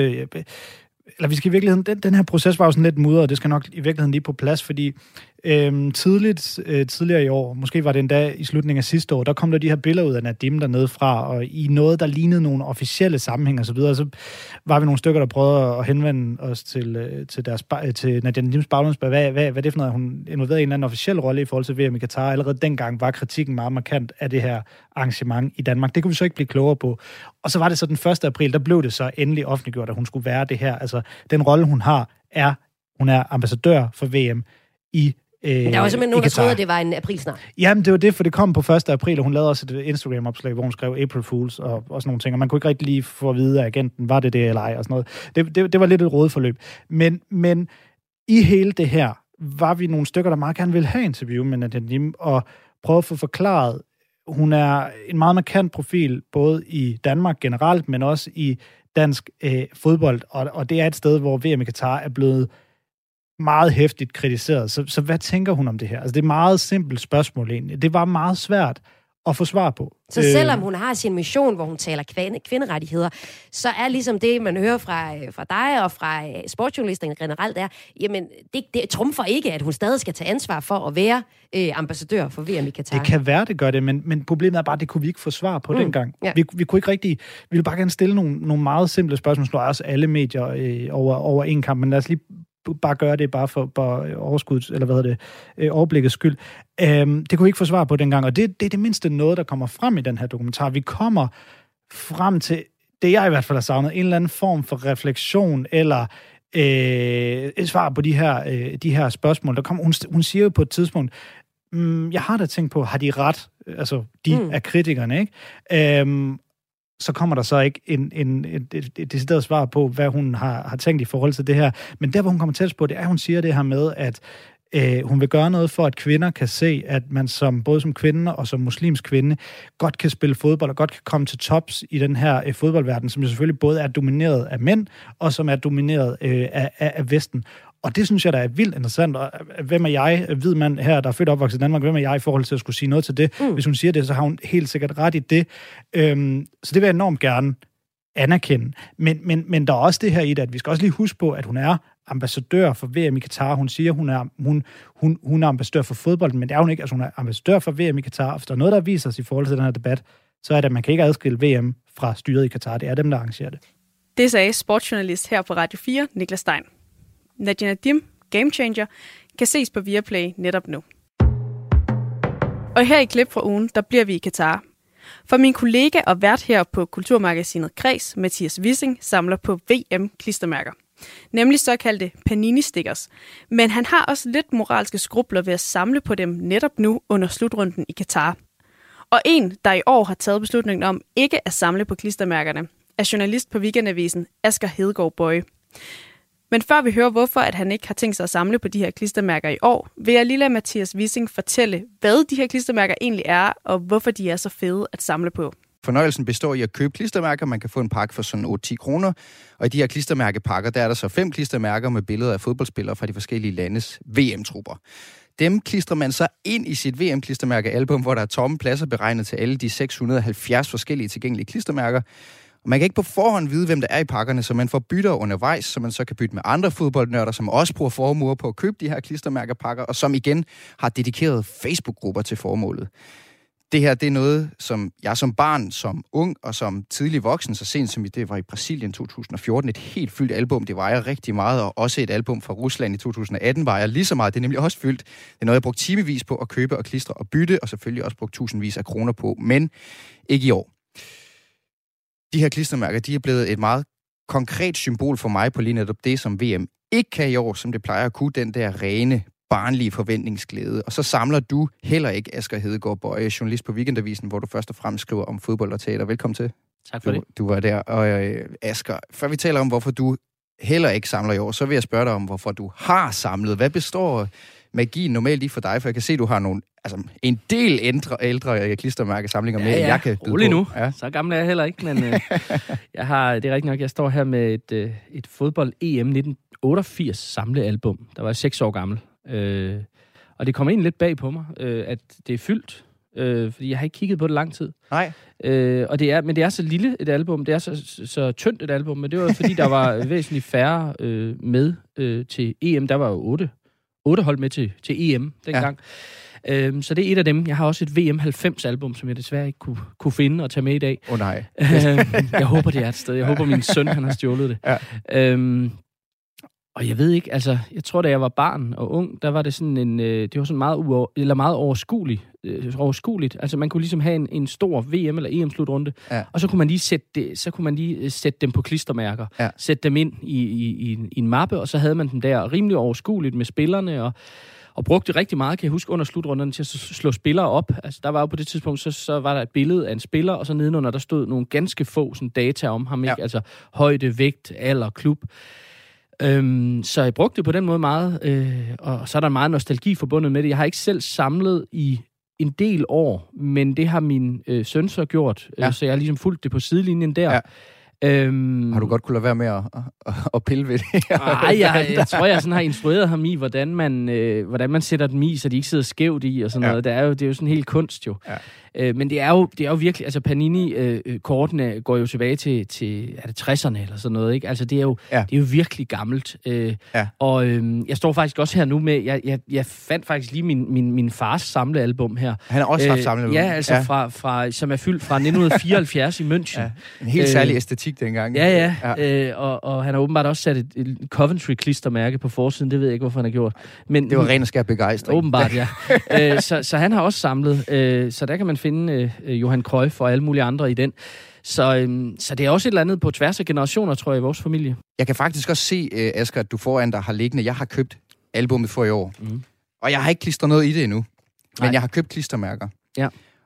Eller vi skal i virkeligheden... Den, den her proces var jo sådan lidt mudret, og det skal nok i virkeligheden lige på plads, fordi øhm, tidligt, øh, tidligere i år, måske var det endda i slutningen af sidste år, der kom der de her billeder ud af Nadim dernede fra, og i noget, der lignede nogle officielle sammenhæng og så videre, så var vi nogle stykker, der prøvede at henvende os til, øh, til, deres, til Nadia Nadims baglandsbær. Hvad, hvad, hvad er det for noget? Hun involverede en eller anden officiel rolle i forhold til V M i Katar. Allerede dengang var kritikken meget markant af det her arrangement i Danmark. Det kunne vi så ikke blive klogere på. Og så var det så den første april, der blev det så endelig offentliggjort, at hun skulle være det her. Altså, den rolle, hun har, er, hun er ambassadør for V M i Øh, Men der var simpelthen nogen, der troede, at det var en aprilsnar. Jamen, det var det, for det kom på første april, og hun lavede også et Instagram-opslag, hvor hun skrev April Fools og, og sådan nogle ting, og man kunne ikke rigtig lige få at vide af agenten, var det det eller ej, og sådan noget. Det, det, det var lidt et rådeforløb. Men, men i hele det her, var vi nogle stykker, der meget gerne ville have interview med Nadia Nadim, og prøve at få forklaret, hun er en meget markant profil, både i Danmark generelt, men også i dansk øh, fodbold, og, og det er et sted, hvor V M i Katar er blevet meget hæftigt kritiseret. Så, så hvad tænker hun om det her? Altså, det er et meget simpelt spørgsmål egentlig. Det var meget svært at få svar på. Så selvom hun har sin mission, hvor hun taler kvinde, kvinderettigheder, så er ligesom det, man hører fra, fra dig og fra sportsjournalisterne generelt, er, jamen, det, det trumfer ikke, at hun stadig skal tage ansvar for at være øh, ambassadør for V M i Katar. Det kan være, det gør det, men, men problemet er bare, at det kunne vi ikke få svar på mm. dengang. Ja. Vi, vi kunne ikke rigtig... Vi ville bare gerne stille nogle, nogle meget simple spørgsmål, som også alle medier øh, over, over en kamp, men lad os lige bare gøre det bare for, for overskud, eller hvad hedder det, øh, overblikkets skyld. Øhm, det kunne vi ikke få svar på dengang, og det, det er det mindste noget, der kommer frem i den her dokumentar. Vi kommer frem til, det jeg i hvert fald har savnet, en eller anden form for refleksion, eller øh, et svar på de her, øh, de her spørgsmål. Der kommer, hun, hun siger jo på et tidspunkt, mm, jeg har da tænkt på, har de ret? Altså, de mm. er kritikerne, ikke? Øhm, så kommer der så ikke en, en, et, et, et decideret svar på, hvad hun har, har tænkt i forhold til det her. Men der, hvor hun kommer tæt på, det er, at hun siger det her med, at øh, hun vil gøre noget for, at kvinder kan se, at man som både som kvinde og som muslimsk kvinde godt kan spille fodbold og godt kan komme til tops i den her øh, fodboldverden, som jo selvfølgelig både er domineret af mænd og som er domineret øh, af, af, af Vesten. Og det synes jeg, der er vildt interessant. Og hvem er jeg, hvid mand her, der er født og opvokset i Danmark, hvem er jeg i forhold til at skulle sige noget til det? Mm. Hvis hun siger det, så har hun helt sikkert ret i det. Øhm, så det vil jeg enormt gerne anerkende. Men, men, men der er også det her i det, at vi skal også lige huske på, at hun er ambassadør for V M i Katar. Hun siger, hun er, hun, hun, hun er ambassadør for fodbolden, men det er hun ikke. Altså, hun er ambassadør for V M i Katar. Og hvis der er noget, der viser sig i forhold til den her debat, så er det, at man kan ikke adskille V M fra styret i Katar. Det er dem, der arrangerer det. Det sagde sportsjournalist her på Radio fire, Niklas Stein. Nadia Nadim, Game Changer, kan ses på Viaplay netop nu. Og her i klip fra ugen, der bliver vi i Katar. For min kollega og vært her på kulturmagasinet Kreds, Mathias Wissing, samler på V M-klistermærker. Nemlig såkaldte Panini-stickers. Men han har også lidt moralske skrubler ved at samle på dem netop nu under slutrunden i Katar. Og en, der i år har taget beslutningen om ikke at samle på klistermærkerne, er journalist på Weekendavisen Asger Hedegaard Bøje. Men før vi hører, hvorfor at han ikke har tænkt sig at samle på de her klistermærker i år, vil jeg lige lade Mathias Wissing fortælle, hvad de her klistermærker egentlig er, og hvorfor de er så fede at samle på. Fornøjelsen består i at købe klistermærker. Man kan få en pakke for sådan otte til ti kroner. Og i de her klistermærkepakker, der er der så fem klistermærker med billeder af fodboldspillere fra de forskellige landes V M-trupper. Dem klistrer man så ind i sit V M-klistermærkealbum, hvor der er tomme pladser beregnet til alle de seks hundrede og halvfjerds forskellige tilgængelige klistermærker. Og man kan ikke på forhånd vide, hvem der er i pakkerne, så man får bytter undervejs, så man så kan bytte med andre fodboldnørder, som også bruger formuer på at købe de her klistermærkepakker, og som igen har dedikeret Facebook-grupper til formålet. Det her, det er noget, som jeg som barn, som ung og som tidlig voksen, så sent som det var i Brasilien to tusind og fjorten, et helt fyldt album. Det vejer rigtig meget, og også et album fra Rusland i to tusind og atten vejer lige så meget. Det er nemlig også fyldt. Det er noget, jeg har brugt timevis på at købe og klistre og bytte, og selvfølgelig også brugt tusindvis af kroner på, men ikke i år. De her klistermærker, de er blevet et meget konkret symbol for mig på lige netop det, som V M ikke kan i år, som det plejer at kunne, den der rene, barnlige forventningsglæde. Og så samler du heller ikke, Asger Hedegaard Bøje, journalist på Weekendavisen, hvor du først og fremmest skriver om fodbold og teater. Velkommen til. Tak for du, det. Du var der. Og øh, Asger, før vi taler om, hvorfor du heller ikke samler i år, så vil jeg spørge dig om, hvorfor du har samlet. Hvad består magien normalt i for dig? For jeg kan se, at du har nogle, altså, en del ældre, ældre klistermærkesamlinger med, ja, ja. jeg kan byde Rolig på. nu. Ja. Så gammel er jeg heller ikke, men øh, jeg har, det er rigtigt nok, jeg står her med et, øh, et fodbold-E M nitten otteogfirs samlealbum, der var seks år gammel. Øh, og det kommer egentlig lidt bag på mig, øh, at det er fyldt, øh, fordi jeg har ikke kigget på det lang tid. Nej. Øh, og det er, men det er så lille et album, det er så, så tyndt et album, men det var fordi, der var væsentligt færre øh, med øh, til E M. Der var jo otte, otte hold med til, til E M dengang. Ja. Øhm, så det er et af dem. Jeg har også et V M halvfems-album, som jeg desværre ikke kunne, kunne finde og tage med i dag. Åh oh, nej. jeg håber, det er et sted. Jeg håber, min søn han har stjålet det. Ja. Øhm, og jeg ved ikke, altså, jeg tror, da jeg var barn og ung, der var det sådan en, øh, det var sådan meget, uover, eller meget overskueligt, øh, overskueligt. Altså, man kunne ligesom have en, en stor V M- eller E M-slutrunde, ja. Og så kunne man lige sætte, det, så kunne man lige sætte dem på klistermærker, ja. Sætte dem ind i, i, i, i en mappe, og så havde man dem der rimelig overskueligt med spillerne, og og brugte rigtig meget, kan jeg huske, under slutrunderne til at slå spillere op. Altså, der var jo på det tidspunkt, så, så var der et billede af en spiller, og så nedenunder, der stod nogle ganske få sådan, data om ham, ikke? Ja. Altså højde, vægt, alder, klub. Øhm, så jeg brugte det på den måde meget, øh, og så er der meget nostalgi forbundet med det. Jeg har ikke selv samlet i en del år, men det har min øh, søn så gjort, ja. øh, så jeg har ligesom fulgt det på sidelinjen der. Ja. Øhm, har du godt kunne lade være med at, at, at pille ved det? Nej, jeg, jeg tror, jeg sådan har instrueret ham i, hvordan man, øh, hvordan man sætter dem i, så de ikke sidder skævt i og sådan ja. noget. Det er jo, det er jo sådan en helt kunst jo. Ja. Øh, men det er jo, det er jo virkelig, altså Panini-kortene øh, går jo tilbage til, til er det tresserne eller sådan noget, ikke? Altså det er jo, ja. det er jo virkelig gammelt. Øh, ja. Og øh, jeg står faktisk også her nu med, jeg, jeg, jeg fandt faktisk lige min, min, min fars samlealbum her. Han har også haft samlealbum. Ja, altså ja. Fra, fra, som er fyldt fra nitten fireoghalvfjerds i München. Ja. En helt særlig øh, æstetik dengang. Ja, ja. ja. Øh, og, og han har åbenbart også sat et, et Coventry-klistermærke på forsiden. Det ved jeg ikke, hvorfor han har gjort. Men, det var ren og skær begejstring. Åbenbart, ja. øh, så, så han har også samlet. Øh, så der kan man finde øh, Johan Cruyff og alle mulige andre i den. Så, øh, så det er også et eller andet på tværs af generationer, tror jeg, i vores familie. Jeg kan faktisk også se, øh, Asger, at du foran dig har liggende. Jeg har købt albummet for i år. Mm. Og jeg har ikke klistret noget i det endnu. Men Nej. jeg har købt klistermærker. Ja.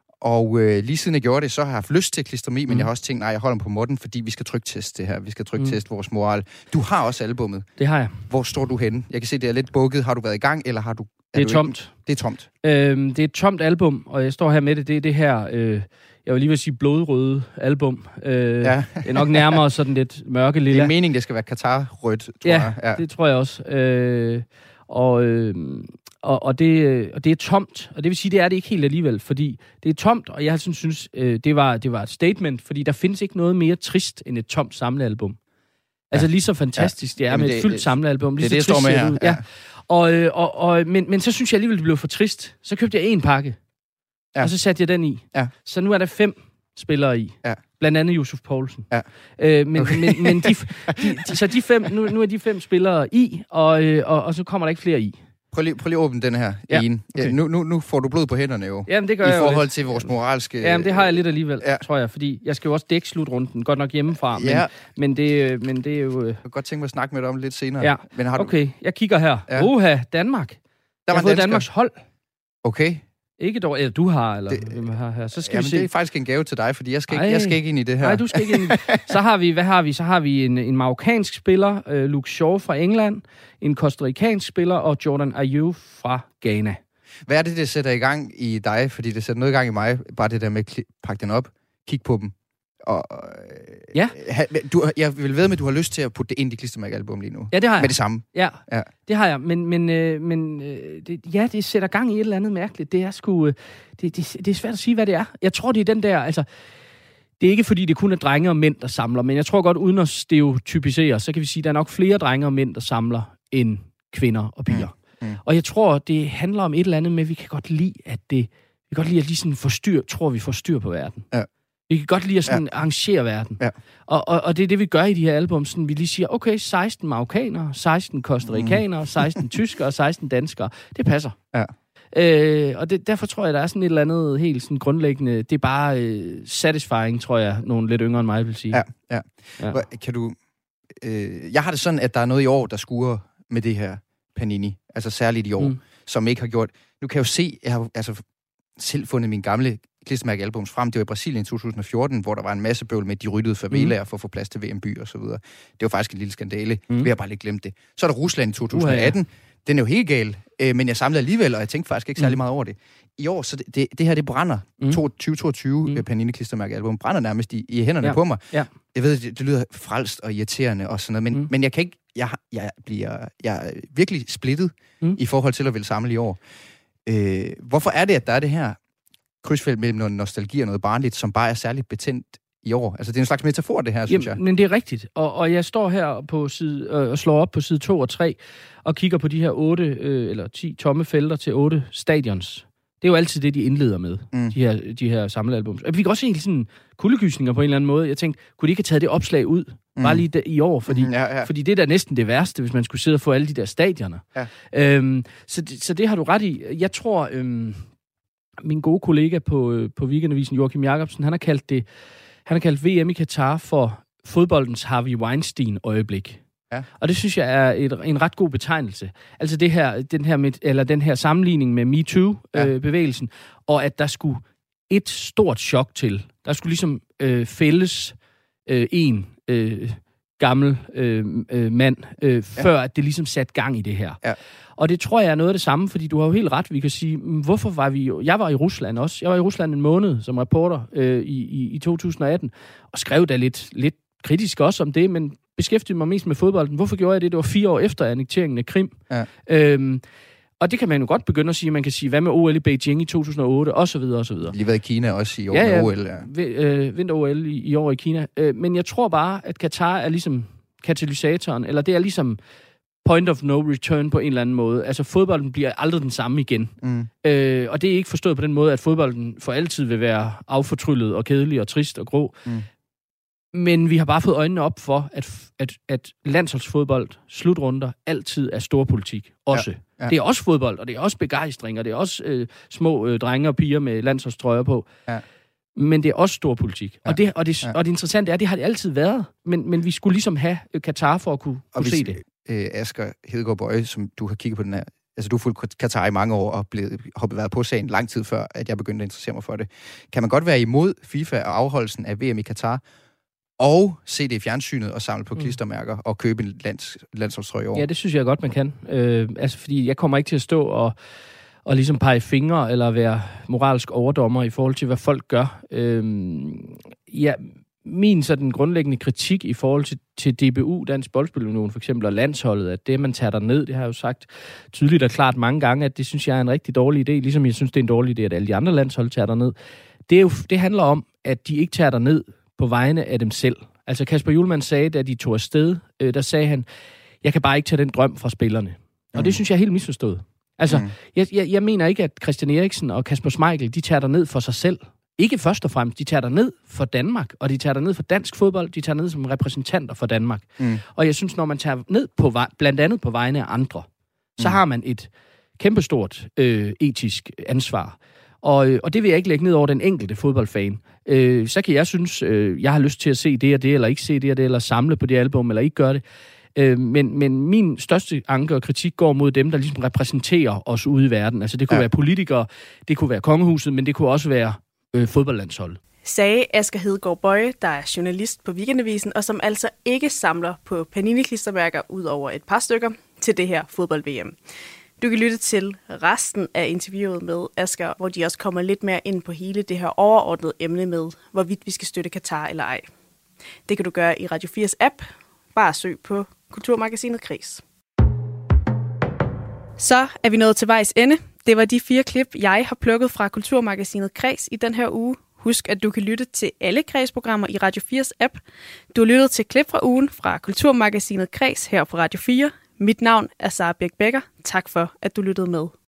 Og øh, lige siden jeg gjorde det, så har jeg haft lyst til at klistre mig, mm. men jeg har også tænkt, nej, jeg holder på modden, fordi vi skal trykteste det her. Vi skal trykteste mm. vores moral. Du har også albummet. Det har jeg. Hvor står du henne? Jeg kan se, det er lidt bukket. Har du været i gang, eller har du... Er det er du tomt. Ikke? Det er tomt. Øhm, det er et tomt album, og jeg står her med det. Det er det her, øh, jeg vil lige vil sige blodrøde album. Øh, ja. Det er nok nærmere sådan lidt mørke lilla. Det er meningen, det skal være Katar-rødt, tror ja, jeg. Ja, det tror jeg også. Øh, og... Øh, Og, og, det, og det er tomt, og det vil sige, det er det ikke helt alligevel, fordi det er tomt, og jeg synes, synes øh, det, var, det var et statement, fordi der findes ikke noget mere trist end et tomt samlealbum. Altså ja. lige så fantastisk ja. det er med det, et fyldt samlealbum. Det er det, jeg står med her. Ja. Ja. Og, øh, og, og, men, men så synes jeg alligevel, det blev for trist. Så købte jeg en pakke, ja. og så satte jeg den i. Ja. Så nu er der fem spillere i. Ja. Blandt andet Josef Poulsen. Ja. Øh, men, okay. men, men de, de, de, så de fem, nu, nu er de fem spillere i, og, øh, og, og så kommer der ikke flere i. Prøv lige, prøv lige at åbne den her ja. ene. Okay. Ja, nu, nu, nu får du blod på hænderne jo. Jamen, det gør I jeg forhold jo til vores moralske... Jamen, det har jeg lidt alligevel, ja. tror jeg. Fordi jeg skal jo også dække slutrunden. Godt nok hjemmefra. Ja. Men, men, det, men det er jo... Jeg kan godt tænke mig at snakke med dig om lidt senere. Ja. Men har du... Okay, jeg kigger her. Ja. Uha, Danmark. Der jeg har fået Danmarks hold. Okay. Ikke dog, eller du har, eller det, hvem har her. Så skal jamen, vi se. Det er faktisk en gave til dig, fordi jeg skal, ikke, jeg skal ikke ind i det her. Nej, du skal ikke ind i det. Så har vi, hvad har vi? Så har vi en, en marokkansk spiller, uh, Luke Shaw fra England, en costaricansk spiller, og Jordan Ayew fra Ghana. Hvad er det, det sætter i gang i dig? Fordi det sætter noget i gang i mig, bare det der med at pakke den op, kig på dem. Og, ja. Du, jeg vil ved med, at du har lyst til at putte det ind i klistermærkealbum lige nu. Ja, det har jeg. Med det samme. Ja, ja. det har jeg. Men, men, øh, men øh, det, ja, det sætter gang i et eller andet mærkeligt. Det er sgu, øh, det, det, det er svært at sige, hvad det er. Jeg tror, det er den der, altså, det er ikke fordi, det kun er drenge og mænd, der samler, men jeg tror godt, uden at stereotypisere, så kan vi sige, at der er nok flere drenge og mænd, der samler, end kvinder og piger. Mm. Mm. Og jeg tror, det handler om et eller andet med, at vi kan godt lide, at det, vi kan godt lide at lige sådan få styr, tror vi får styr på verden. Ja. Vi kan godt lide at sådan ja. arrangere verden. Ja. Og, og, og det er det, vi gør i de her album. Sådan, vi lige siger, okay, seksten marokkanere, seksten costaricanere, seksten tyskere og seksten danskere. Det passer. Ja. Øh, og det, derfor tror jeg, der er sådan et eller andet helt sådan grundlæggende. Det er bare øh, satisfying, tror jeg, nogle lidt yngre end mig vil sige. Ja, ja. ja. Kan du... Øh, jeg har det sådan, at der er noget i år, der skuer med det her Panini. Altså særligt i år, mm. som ikke har gjort... Nu kan jeg jo se, jeg har altså selv fundet min gamle klistermærkealbums frem. Det var i Brasilien i to tusind og fjorten, hvor der var en masse bøvl med de ryddede favelaer mm. for at få plads til V M-by og så videre. Det var faktisk en lille skandale. Mm. Vi har bare lidt glemt det. Så er der Rusland i to tusind og atten. Uh, ja. Den er jo helt gal, øh, men jeg samlede alligevel, og jeg tænkte faktisk ikke særlig meget over det. I år, så det, det, det her, det brænder. Mm. tyve toogtyve mm. Panini klistermærkealbum brænder nærmest i, i hænderne ja. på mig. Ja. Jeg ved, det, det lyder frelst og irriterende og sådan noget, men, mm. men jeg kan ikke... Jeg, jeg, bliver, jeg er virkelig splittet mm. i forhold til at ville samle i år. Øh, hvorfor er det, at der er det her krydsfelt mellem noget nostalgi og noget barnligt, som bare er særligt betændt i år? Altså, det er en slags metafor, det her, synes jeg. Men det er rigtigt. Og, og jeg står her på side, øh, og slår op på side to og tre, og kigger på de her otte, øh, eller ti tomme felter til otte stadions. Det er jo altid det, de indleder med, mm. de her, de her samlealbums. Og vi kan også se sådan kuldegysninger på en eller anden måde. Jeg tænkte, kunne de ikke have taget det opslag ud, mm. bare lige de, i år? Fordi, mm, ja, ja. fordi det er da næsten det værste, hvis man skulle sidde og få alle de der stadioner. Ja. Øhm, så, det, så det har du ret i. Jeg tror... Øhm, min gode kollega på, på Weekendavisen, Joachim Jacobsen, han har kaldt det, han har kaldt V M i Katar for fodboldens Harvey Weinstein-øjeblik. Ja. Og det synes jeg er et, en ret god betegnelse. Altså det her, den her, med, eller den her sammenligning med MeToo-bevægelsen, ja. og at der skulle et stort chok til. Der skulle ligesom øh, fælles øh, en øh, gammel øh, øh, mand, øh, ja. før at det ligesom satte gang i det her. Ja. Og det tror jeg er noget af det samme, fordi du har jo helt ret. Vi kan sige, hvorfor var vi jo... Jeg var i Rusland også. Jeg var i Rusland en måned som reporter øh, i, i, i to tusind og atten, og skrev da lidt, lidt kritisk også om det, men beskæftigede mig mest med fodbolden. Hvorfor gjorde jeg det? Det var fire år efter annekteringen af Krim. Ja. Øhm, og det kan man jo godt begynde at sige. Man kan sige, hvad med O L i Beijing i to tusind og otte, og så videre, og så videre. Lige været i Kina også i år ja, ja, med O L. Ja, øh, vinter-O L i, i år i Kina. Øh, men jeg tror bare, at Katar er ligesom katalysatoren, eller det er ligesom point of no return på en eller anden måde. Altså, fodbolden bliver aldrig den samme igen. Mm. Øh, og det er ikke forstået på den måde, at fodbolden for altid vil være affortryllet og kedelig og trist og grå. Mm. Men vi har bare fået øjnene op for, at, at, at landsholdsfodbold, slutrunder, altid er storpolitik. Også. Ja, ja. Det er også fodbold, og det er også begejstring, og det er også øh, små øh, drenge og piger med landsholdstrøjer på. Ja. Men det er også storpolitik. Ja. Og, det, og, det, ja. og det interessante er, at det har det altid været. Men, men vi skulle ligesom have Katar for at kunne, kunne se det. Øh, Asger Hedegaard Bøje, som du har kigget på den her, altså du har fulgt Katar i mange år og blevet, har været på sagen lang tid før, at jeg begyndte at interessere mig for det. Kan man godt være imod FIFA og afholdelsen af V M i Katar, og se det i fjernsynet og samle på klistermærker og købe en lands, landsholdstrøje over? Ja, det synes jeg godt, man kan. Øh, altså, fordi jeg kommer ikke til at stå og, og ligesom pege fingre eller være moralsk overdommer i forhold til, hvad folk gør. Øh, ja, min sådan grundlæggende kritik i forhold til, til D B U, Dansk Boldspilunion for eksempel, og landsholdet, at det, man tager der ned, det har jeg jo sagt tydeligt og klart mange gange, at det synes jeg er en rigtig dårlig idé, ligesom jeg synes, det er en dårlig idé, at alle de andre landshold tager der ned. Det, er jo, det handler om, at de ikke tager der ned på vegne af dem selv. Altså Kasper Hjulmand sagde, da de tog afsted, øh, der sagde han, jeg kan bare ikke tage den drøm fra spillerne. Mm. Og det synes jeg er helt misforstået. Altså, mm. jeg, jeg, jeg mener ikke, at Christian Eriksen og Kasper Schmeichel, de tager der ned for sig selv. Ikke først og fremmest. De tager der ned for Danmark, og de tager der ned for dansk fodbold, de tager ned som repræsentanter for Danmark. Mm. Og jeg synes, når man tager ned på, blandt andet på vegne af andre, så mm. har man et kæmpestort øh, etisk ansvar. Og, og det vil jeg ikke lægge ned over den enkelte fodboldfan. Øh, så kan jeg synes, øh, jeg har lyst til at se det og det, eller ikke se det og det, eller samle på det album, eller ikke gøre det. Øh, men, men min største anke og kritik går mod dem, der ligesom repræsenterer os ude i verden. Altså det kunne ja. være politikere, det kunne være kongehuset, men det kunne også være øh, fodboldlandsholdet. Sagde Asger Hedegaard Bøje, der er journalist på Weekendavisen, og som altså ikke samler på Panini-klistermærker ud over et par stykker til det her fodbold-V M. Du kan lytte til resten af interviewet med Asger, hvor de også kommer lidt mere ind på hele det her overordnede emne med, hvorvidt vi skal støtte Katar eller ej. Det kan du gøre i Radio fires app. Bare søg på Kulturmagasinet Kres. Så er vi nået til vejs ende. Det var de fire klip, jeg har plukket fra Kulturmagasinet Kres i den her uge. Husk, at du kan lytte til alle Kres-programmer i Radio fires app. Du har lyttet til klip fra ugen fra Kulturmagasinet Kres her på Radio fire. Mit navn er Sara Birk Becker. Tak for, at du lyttede med.